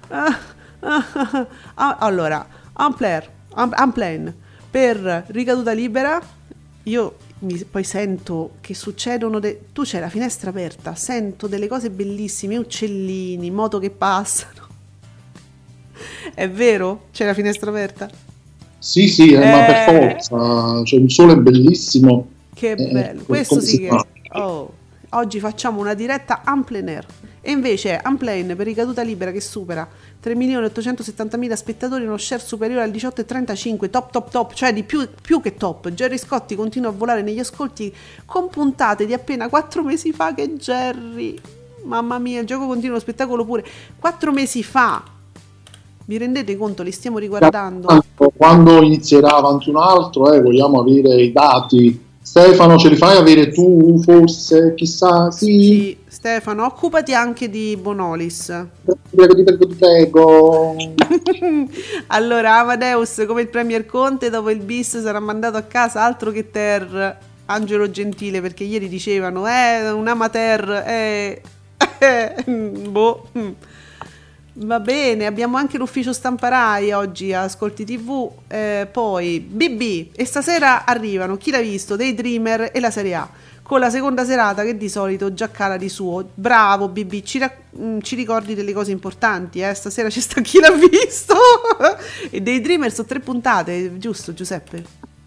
Allora, en plein per ricaduta libera, io poi sento che succedono tu c'hai la finestra aperta, sento delle cose bellissime, uccellini, moto che passano. È vero? C'è la finestra aperta? Sì, ma per forza, cioè, il sole è bellissimo. Che bello, questo sì che oggi facciamo una diretta en plein air. E invece en plein per ricaduta libera, che supera 3.870.000 spettatori, uno share superiore al 18,35, top, cioè di più che top. Gerry Scotti continua a volare negli ascolti con puntate di appena 4 mesi fa. Che Gerry, mamma mia, il gioco continua, lo spettacolo pure. 4 mesi fa, vi rendete conto? Li stiamo riguardando. Quando inizierà avanti un altro, vogliamo avere i dati. Stefano, ce li fai avere tu forse? Chissà, sì. Stefano, occupati anche di Bonolis. Ti prego. Allora, Amadeus, come il Premier Conte, dopo il bis sarà mandato a casa, altro che Ter. Angelo Gentile, perché ieri dicevano un amateur, boh. Va bene, abbiamo anche l'ufficio stampa Rai oggi, Ascolti TV, poi BB, e stasera arrivano, chi l'ha visto, Daydreamer e la Serie A, con la seconda serata che di solito già cala di suo. Bravo BB, ci ricordi delle cose importanti, stasera ci sta chi l'ha visto. E Daydreamer sono 3 puntate, giusto Giuseppe?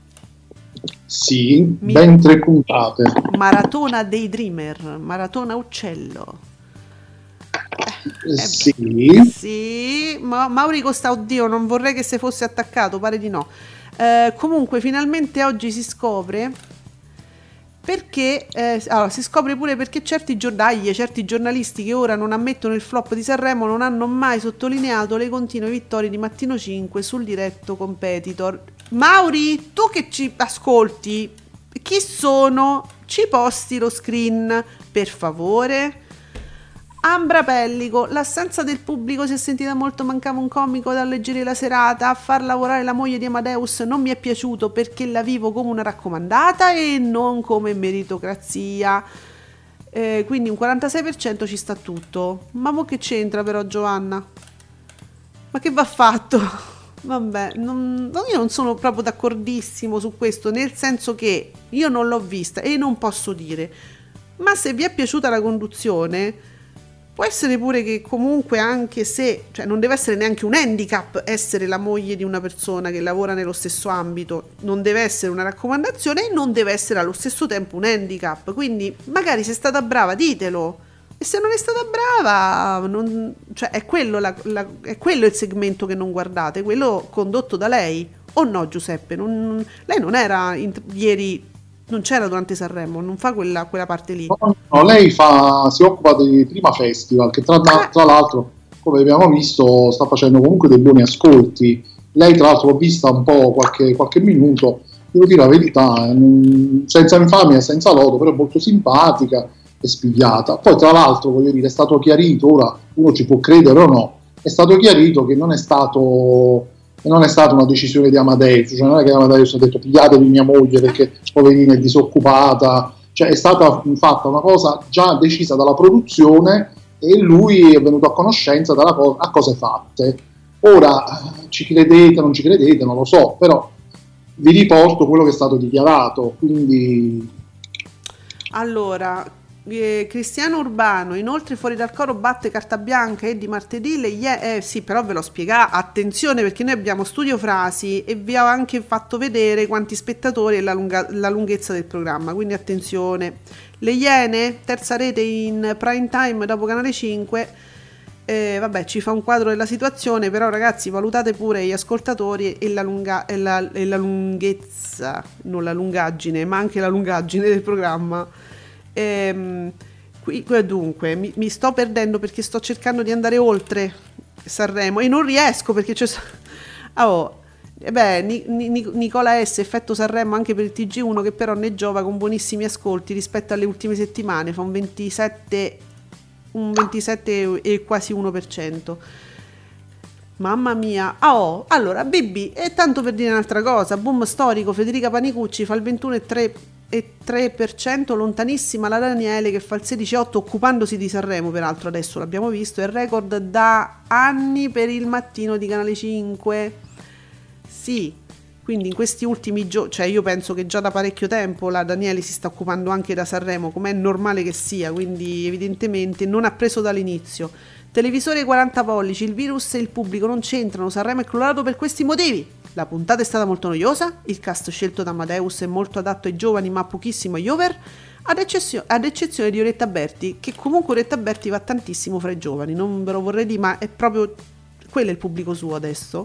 Sì, ben 3 puntate. Maratona Daydreamer, maratona uccello. Sì, ma Maurico sta, oddio, non vorrei che se fosse attaccato, pare di no. Comunque finalmente oggi si scopre perché si scopre pure perché certi giornalisti che ora non ammettono il flop di Sanremo non hanno mai sottolineato le continue vittorie di Mattino 5 sul diretto competitor. Mauri, tu che ci ascolti, chi sono? Ci posti lo screen, per favore? Ambra Pellico, l'assenza del pubblico si è sentita molto, mancava un comico da alleggerire la serata, a far lavorare la moglie di Amadeus non mi è piaciuto perché la vivo come una raccomandata e non come meritocrazia, quindi un 46% ci sta tutto. Ma mo che c'entra però Giovanna? Ma che va fatto? Vabbè, io non sono proprio d'accordissimo su questo, nel senso che io non l'ho vista e non posso dire, ma se vi è piaciuta la conduzione può essere pure che comunque, anche se, cioè non deve essere neanche un handicap essere la moglie di una persona che lavora nello stesso ambito, non deve essere una raccomandazione e non deve essere allo stesso tempo un handicap, quindi magari se è stata brava ditelo, e se non è stata brava cioè è quello è quello il segmento che non guardate, quello condotto da lei, o no Giuseppe? Lei non era ieri, non c'era durante Sanremo, non fa quella parte lì. No, lei si occupa di Prima Festival, che tra l'altro, come abbiamo visto, sta facendo comunque dei buoni ascolti. Lei tra l'altro l'ho vista un po' qualche minuto, devo dire la verità, senza infamia, senza lodo, però molto simpatica e spigliata. Poi tra l'altro, voglio dire, è stato chiarito, ora uno ci può credere o no, è stato chiarito che non è stata una decisione di Amadeus, cioè non è che Amadeus ha detto pigliatevi mia moglie perché poverina è disoccupata, cioè è stata fatta una cosa già decisa dalla produzione e lui è venuto a conoscenza a cose fatte. Ora ci credete, non ci credete, non lo so, però vi riporto quello che è stato dichiarato, quindi... Allora, Cristiano Urbano, inoltre fuori dal coro batte carta bianca e di martedì sì, però ve l'ho spiegato, attenzione, perché noi abbiamo studio frasi e vi ho anche fatto vedere quanti spettatori e la lunghezza del programma, quindi attenzione. Le Iene, terza rete in prime time dopo Canale 5. Vabbè, ci fa un quadro della situazione, però ragazzi valutate pure gli ascoltatori e la lunghezza, non la lungaggine, ma anche la lungaggine del programma. Dunque mi sto perdendo perché sto cercando di andare oltre Sanremo e non riesco perché c'è Nicola S, effetto Sanremo anche per il TG1 che però ne giova con buonissimi ascolti rispetto alle ultime settimane, fa un 27 e quasi 1%. Mamma mia. Allora Bibi, e tanto per dire un'altra cosa, boom storico, Federica Panicucci fa il 21,3%, lontanissima la Daniele che fa il 16,8%, occupandosi di Sanremo, peraltro adesso l'abbiamo visto, è il record da anni per il mattino di Canale 5. Sì, quindi in questi ultimi giorni, cioè io penso che già da parecchio tempo la Daniele si sta occupando anche da Sanremo, come è normale che sia, quindi evidentemente non ha preso dall'inizio. Televisore 40 pollici, il virus e il pubblico non c'entrano, Sanremo è clonato per questi motivi. La puntata è stata molto noiosa, il cast scelto da Amadeus è molto adatto ai giovani ma pochissimo agli over, ad eccezione di Orietta Berti, che comunque Orietta Berti va tantissimo fra i giovani, non ve lo vorrei dire, ma è proprio quello il pubblico suo adesso.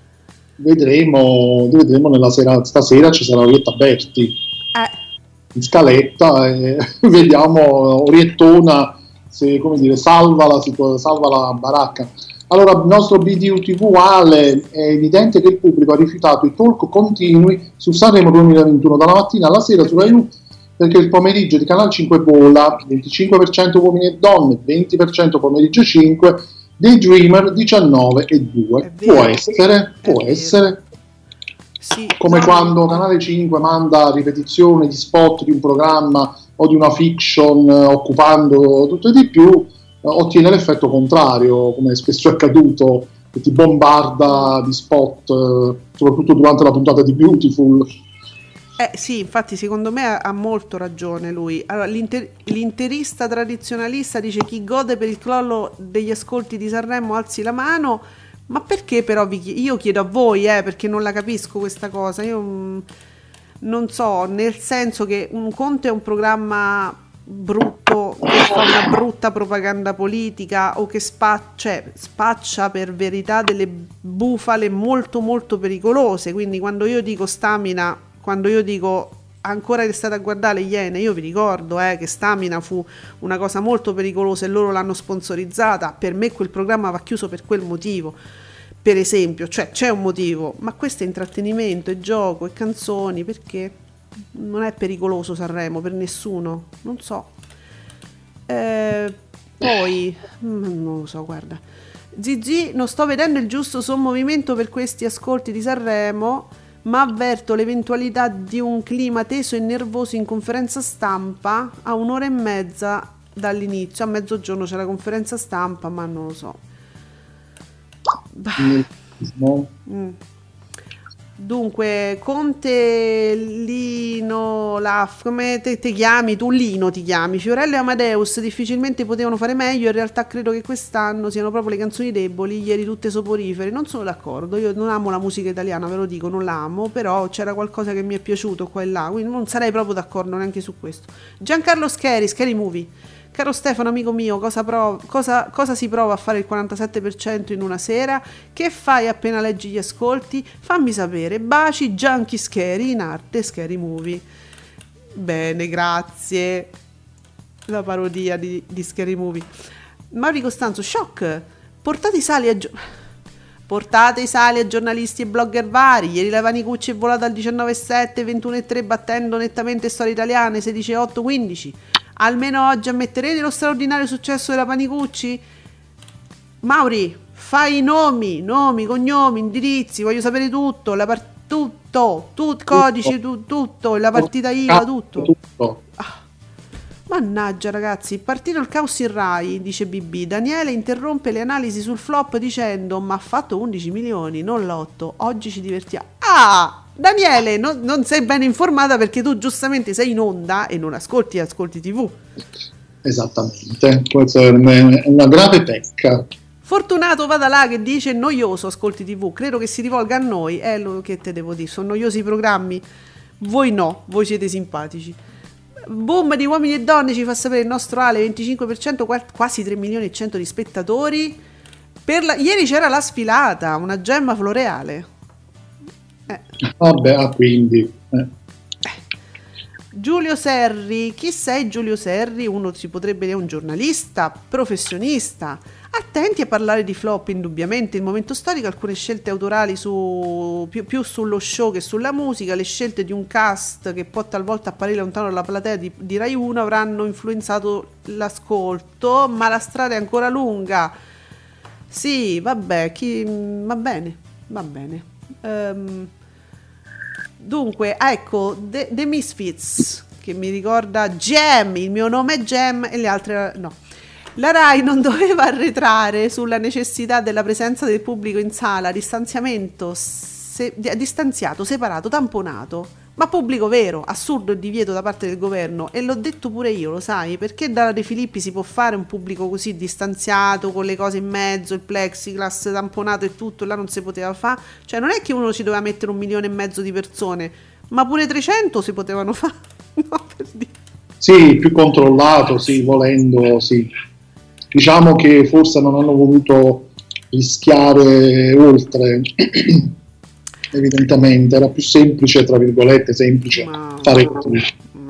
Vedremo stasera ci sarà Orietta Berti in scaletta e vediamo Oriettona se, come dire, salva la baracca. Allora, il nostro BDUTV Ale, è evidente che il pubblico ha rifiutato i talk continui su Sanremo 2021 dalla mattina alla sera su Rai 1 perché il pomeriggio di Canale 5 vola, 25% uomini e donne, 20% pomeriggio 5, Daydreamer 19,2. Può essere. Sì, come quando Canale 5 manda ripetizione di spot di un programma o di una fiction occupando tutto e di più, ottiene l'effetto contrario, come spesso è accaduto, che ti bombarda di spot, soprattutto durante la puntata di Beautiful. Sì, infatti secondo me ha molto ragione lui. Allora, l'interista tradizionalista dice: chi gode per il crollo degli ascolti di Sanremo alzi la mano. Ma perché però io chiedo a voi, perché non la capisco questa cosa, io non so, nel senso che un conto è un programma brutto che fa una brutta propaganda politica o che spaccia per verità delle bufale molto molto pericolose, quindi quando io dico Stamina, quando io dico ancora restate a guardare le Iene, io vi ricordo che Stamina fu una cosa molto pericolosa e loro l'hanno sponsorizzata, per me quel programma va chiuso per quel motivo, per esempio, cioè c'è un motivo, ma questo è intrattenimento, è gioco, è canzoni, perché non è pericoloso Sanremo per nessuno, non so. Poi non lo so, guarda, Gigi, non sto vedendo il giusto sommovimento per questi ascolti di Sanremo, ma avverto l'eventualità di un clima teso e nervoso in conferenza stampa a 1:30 dall'inizio. A mezzogiorno c'è la conferenza stampa, ma non lo so. Dunque, Conte, Lino, come te chiami? Tu Lino ti chiami. Fiorello e Amadeus difficilmente potevano fare meglio, in realtà credo che quest'anno siano proprio le canzoni deboli, ieri tutte soporifere. Non sono d'accordo, io non amo la musica italiana, ve lo dico, non la amo, però c'era qualcosa che mi è piaciuto qua e là, quindi non sarei proprio d'accordo neanche su questo. Giancarlo Scary Movie. Caro Stefano, amico mio, cosa si prova a fare il 47% in una sera? Che fai appena leggi gli ascolti? Fammi sapere. Baci, Gianchi Scary, in arte Scary Movie. Bene, grazie. La parodia di Scary Movie. Mauri Costanzo, shock. Portate i sali a portate i sali a giornalisti e blogger vari. Ieri la Panicucci è volata al 19,7, 21,3, battendo nettamente Storie Italiane 16,8, 15. Almeno oggi ammetterete lo straordinario successo della Panicucci? Mauri, fai i nomi, cognomi, indirizzi, voglio sapere tutto, tutto, codici, tutto, la partita IVA, tutto. Mannaggia ragazzi, partito il caos in Rai, dice BB. Daniele interrompe le analisi sul flop dicendo: ma ha fatto 11 milioni, non l'8, oggi ci divertiamo. Ah, Daniele, non sei ben informata perché tu giustamente sei in onda e non ascolti TV. Esattamente, questa è una grave pecca. Fortunato vada là che dice: noioso ascolti TV, credo che si rivolga a noi. Lo che te devo dire, sono noiosi i programmi? Voi no, voi siete simpatici. Boom di Uomini e Donne ci fa sapere il nostro Ale, 25%, quasi 3 milioni e 100 di spettatori. Ieri c'era la sfilata, una gemma floreale. Quindi Giulio Serri, chi sei Giulio Serri? Uno si potrebbe dire un giornalista, professionista. Attenti a parlare di flop, indubbiamente. Il momento storico, alcune scelte autorali più sullo show che sulla musica, le scelte di un cast che può talvolta apparire lontano dalla platea di Rai 1 avranno influenzato l'ascolto, ma la strada è ancora lunga. Sì, vabbè, va bene. Dunque, ecco, The Misfits, che mi ricorda Gem, il mio nome è Gem e le altre no. La Rai non doveva arretrare sulla necessità della presenza del pubblico in sala, distanziato, separato, tamponato, ma pubblico vero, assurdo il divieto da parte del governo, e l'ho detto pure io, lo sai, perché dalla De Filippi si può fare un pubblico così distanziato, con le cose in mezzo, il plexiglass tamponato e tutto, là non si poteva fare, cioè non è che uno ci doveva mettere 1,5 milioni di persone, ma pure 300 si potevano fare, no, per dire. Sì, più controllato, sì, volendo, sì. Diciamo che forse non hanno voluto rischiare oltre, evidentemente era più semplice, tra virgolette, fare così.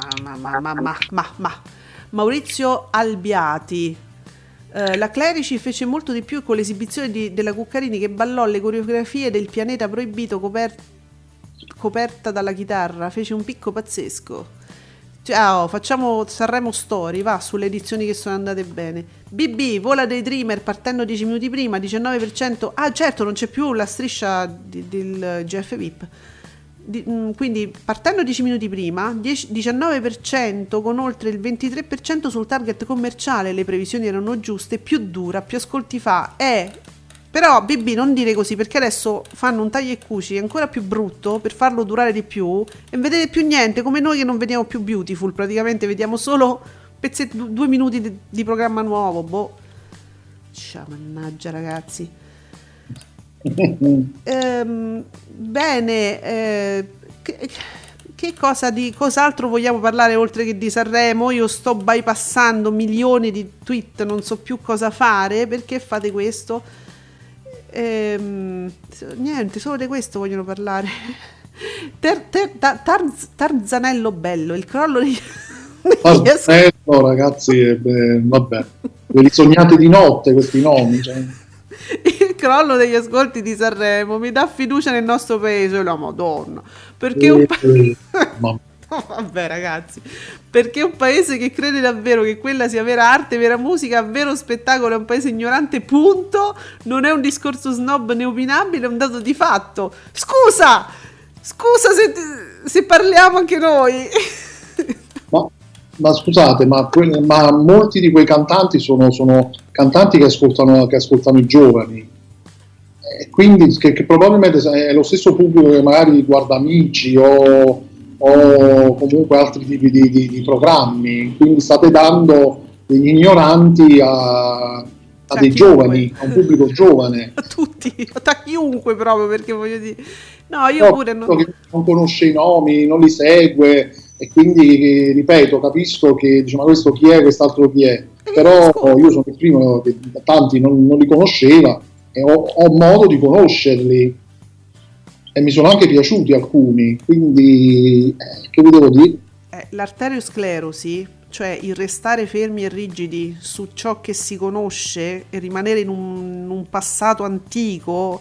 Maurizio Albiati, la Clerici fece molto di più con l'esibizione della Cuccarini, che ballò le coreografie del Pianeta Proibito coperta dalla chitarra, fece un picco pazzesco. Ciao, facciamo Sanremo Story, va, sulle edizioni che sono andate bene. BB, vola dei Dreamer partendo 10 minuti prima, 19%. Ah, certo, non c'è più la striscia del GF VIP. Quindi partendo 10 minuti prima, 19% con oltre il 23% sul target commerciale. Le previsioni erano giuste, più dura, più ascolti fa. Però BB non dire così, perché adesso fanno un taglia e cuci ancora più brutto per farlo durare di più e non vedete più niente, come noi che non vediamo più Beautiful, praticamente vediamo solo 2 minuti di programma nuovo. Ciao, mannaggia ragazzi. Bene, che cos'altro vogliamo parlare oltre che di Sanremo? Io sto bypassando milioni di tweet, non so più cosa fare. Perché fate questo? Niente, solo di questo vogliono parlare. Tarzanello bello, il crollo degli ragazzi, vabbè, ve li sognate di notte questi nomi, cioè. Il crollo degli ascolti di Sanremo mi dà fiducia nel nostro paese, la Madonna, perché vabbè ragazzi, perché un paese che crede davvero che quella sia vera arte, vera musica, vero spettacolo è un paese ignorante, punto. Non è un discorso snob né opinabile, è un dato di fatto. Scusa se parliamo anche noi. Ma scusate, ma molti di quei cantanti sono cantanti che ascoltano i giovani, quindi che probabilmente è lo stesso pubblico che magari guarda Amici o comunque altri tipi di programmi, quindi state dando degli ignoranti a dei giovani, a un pubblico giovane, a tutti, a chiunque, proprio, perché voglio dire, no, io pure non conosce i nomi, non li segue, e quindi ripeto, capisco che dice ma questo chi è, quest'altro chi è, però io sono il primo che tanti non li conosceva e ho modo di conoscerli e mi sono anche piaciuti alcuni, quindi che vi devo dire? L'arteriosclerosi, cioè il restare fermi e rigidi su ciò che si conosce e rimanere in un passato antico,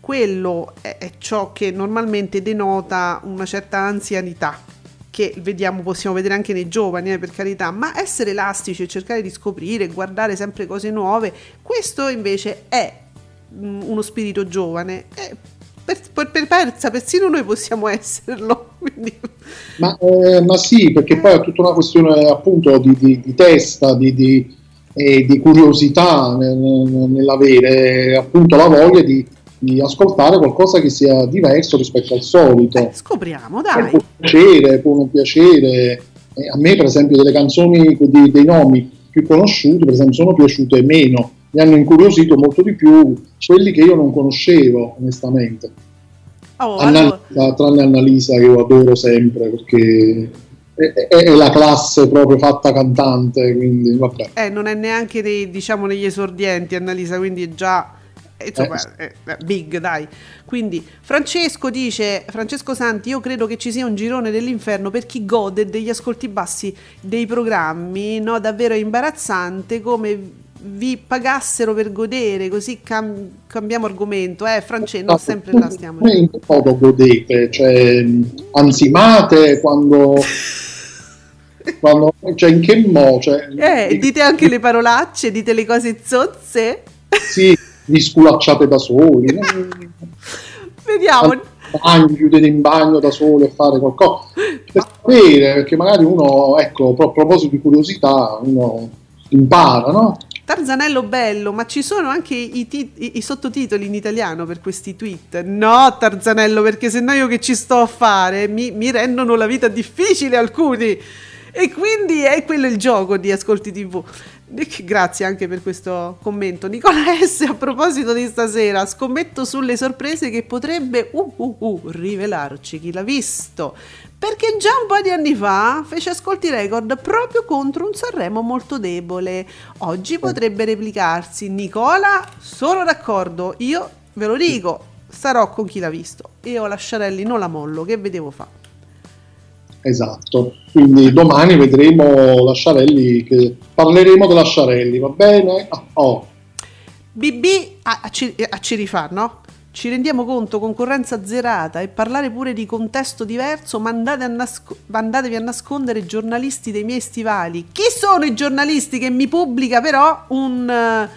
quello è ciò che normalmente denota una certa anzianità, che possiamo vedere anche nei giovani, per carità, ma essere elastici e cercare di scoprire, guardare sempre cose nuove, questo invece è uno spirito giovane. Per persa, persino noi possiamo esserlo. Quindi... Ma sì, perché poi è tutta una questione appunto di testa, di curiosità nell'avere appunto la voglia di ascoltare qualcosa che sia diverso rispetto al solito. Scopriamo, dai. Può piacere, può non piacere. A me, per esempio, delle canzoni dei nomi più conosciuti, per esempio, sono piaciute meno. Mi hanno incuriosito molto di più quelli che io non conoscevo, onestamente. Tranne Annalisa, che io adoro sempre, perché è la classe proprio fatta cantante, quindi vabbè. Non è neanche negli esordienti Annalisa, quindi è già... insomma, big, dai. Quindi Francesco Santi: io credo che ci sia un girone dell'inferno per chi gode degli ascolti bassi dei programmi, no? Davvero è imbarazzante, come vi pagassero per godere, così cambiamo argomento, Francesco, non sempre là stiamo. In che modo godete? Cioè, ansimate quando cioè, in che modo? Cioè, dite anche le parolacce, dite le cose zozze? Sì, vi sculacciate da soli. Vediamo. Chiudete in bagno da soli a fare qualcosa per sapere, perché magari uno, ecco, a proposito di curiosità, uno impara, no? Tarzanello bello, ma ci sono anche i sottotitoli in italiano per questi tweet? No, Tarzanello, perché se no io che ci sto a fare? Mi rendono la vita difficile alcuni, e quindi è quello il gioco di Ascolti TV. Grazie anche per questo commento. Nicola S: a proposito di stasera, scommetto sulle sorprese che potrebbe rivelarci chi l'ha visto, perché già un po' di anni fa fece ascolti record proprio contro un Sanremo molto debole. Oggi potrebbe replicarsi. Nicola, sono d'accordo, io ve lo dico, starò con chi l'ha visto. Io la Sciarelli non la mollo, che vedevo fa. Esatto, quindi domani vedremo la Sciarelli, che parleremo della Sciarelli, va bene? BB ci rifà, no? Ci rendiamo conto, concorrenza zerata, e parlare pure di contesto diverso, ma andatevi a nascondere, giornalisti dei miei stivali. Chi sono i giornalisti che mi pubblica però un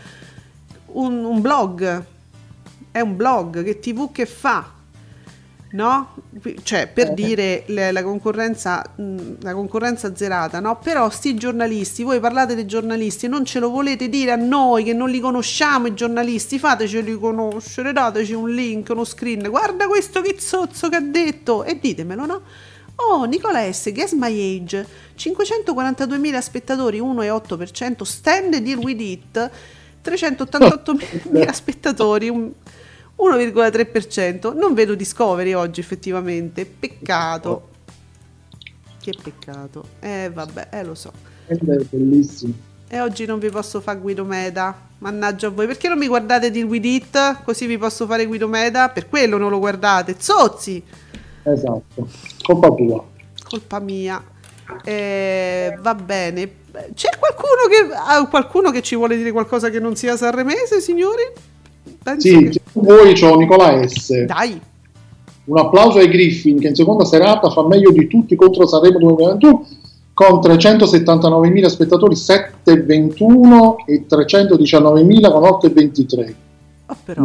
blog? È un blog, che TV che fa? No? Cioè, per dire la concorrenza zerata, no? Però sti giornalisti, voi parlate dei giornalisti, non ce lo volete dire a noi che non li conosciamo i giornalisti, fateceli conoscere, dateci un link, uno screen, guarda questo che zozzo che ha detto, e ditemelo, no? Nicola S: Guess My Age, 542.000 spettatori, 1,8%, stand Deal With It, 388.000 spettatori, 1,3%. Non vedo Discovery oggi, effettivamente. Peccato. Che peccato. Vabbè, lo so. È bellissimo. E oggi non vi posso fare Guido Meda. Mannaggia a voi. Perché non mi guardate Deal With It? Così vi posso fare Guido Meda. Per quello non lo guardate. Zozzi. Esatto. Colpa tua. Colpa mia. Va bene. C'è qualcuno che ci vuole dire qualcosa che non sia sanremese, signori? Sì, voi c'ho Nicola S. Dai. Un applauso ai Griffin, che in seconda serata fa meglio di tutti contro Sanremo 2021, con 379.000 spettatori, 7,21, e 319.000 con 8,23. Però.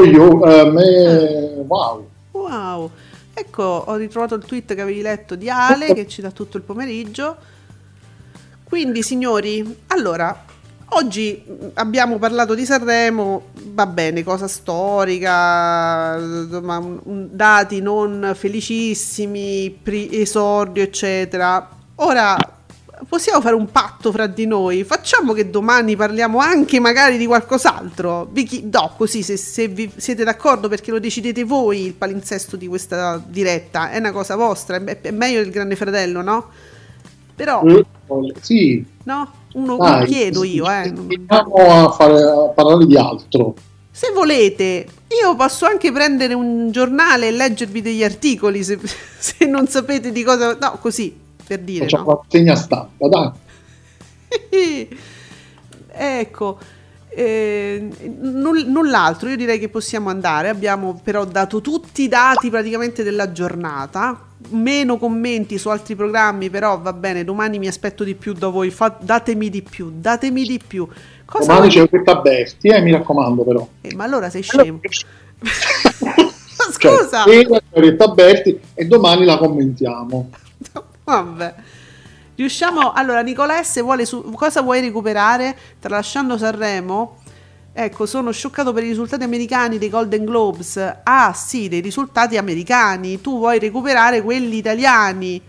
Wow. Ecco, ho ritrovato il tweet che avevi letto di Ale, che ci dà tutto il pomeriggio. Quindi, signori, allora, oggi abbiamo parlato di Sanremo, va bene, cosa storica, ma dati non felicissimi, esordio, eccetera. Ora possiamo fare un patto fra di noi, facciamo che domani parliamo anche magari di qualcos'altro, così se siete d'accordo, perché lo decidete voi il palinsesto di questa diretta, è una cosa vostra, è meglio del Grande Fratello, no? Però sì, no? Lo chiedo io, Andiamo a parlare di altro. Se volete, io posso anche prendere un giornale e leggervi degli articoli, se non sapete di cosa, no, così per dire. Facciamo la segna stampa, dai. Ecco, Null'altro, io direi che possiamo andare. Abbiamo però dato tutti i dati praticamente della giornata, meno commenti su altri programmi, però va bene, domani mi aspetto di più da voi. Datemi di più. Domani c'è Orietta Berti, mi raccomando però. Ma allora sei scemo. Scusa, c'è Orietta Berti e domani la commentiamo. Vabbè. Riusciamo. Allora, Nicolè, se vuole cosa vuoi recuperare? Tralasciando Sanremo, ecco, sono scioccato per i risultati americani dei Golden Globes. Ah sì, dei risultati americani. Tu vuoi recuperare quelli italiani?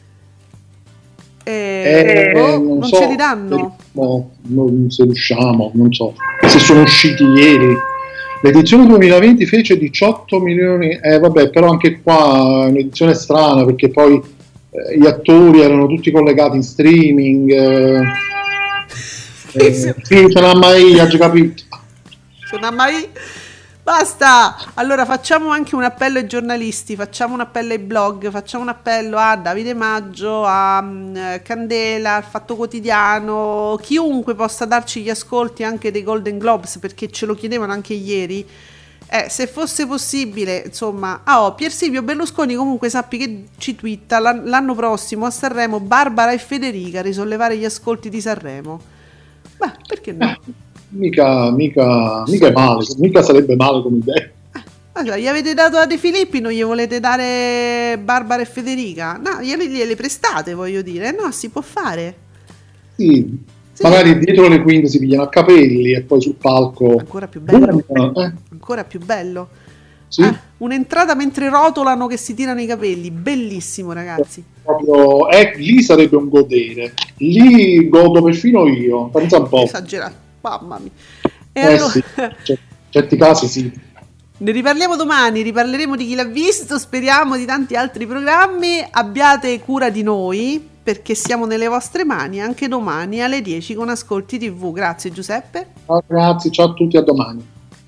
Non ce li danno? No, se riusciamo, non so. Se sono usciti ieri. L'edizione 2020 fece 18 milioni. Vabbè, però anche qua è un'edizione strana, perché poi gli attori erano tutti collegati in streaming. Sì, non ha mai capito. Non ha mai. Basta. Allora facciamo anche un appello ai giornalisti, facciamo un appello ai blog, facciamo un appello a Davide Maggio, a Candela, al Fatto Quotidiano, chiunque possa darci gli ascolti anche dei Golden Globes, perché ce lo chiedevano anche ieri. Se fosse possibile, insomma. Pier Silvio Berlusconi comunque sappi che ci twitta l'anno prossimo a Sanremo Barbara e Federica a risollevare gli ascolti di Sanremo. Beh, perché no? Mica è male, mica sarebbe male come idea. Allora, gli avete dato a De Filippi, non gli volete dare Barbara e Federica? No, gliele prestate, voglio dire. No, si può fare. Sì. Magari dietro le quinte si pigliano a capelli e poi sul palco ancora più bello. Ancora più bello. Sì. Un'entrata mentre rotolano che si tirano i capelli, bellissimo, ragazzi. Proprio, lì sarebbe un godere. Lì godo perfino io. Pensa un po'. Esagerato, mamma mia. E allora... sì. Certi casi sì. Ne riparliamo domani, riparleremo di Chi l'ha visto, speriamo di tanti altri programmi. Abbiate cura di noi, perché siamo nelle vostre mani anche domani alle 10 con Ascolti TV. Grazie Giuseppe. Ciao ragazzi, ciao a tutti, a domani.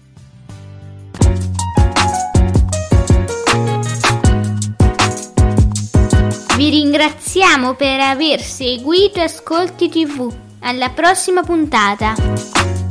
Vi ringraziamo per aver seguito Ascolti TV. Alla prossima puntata.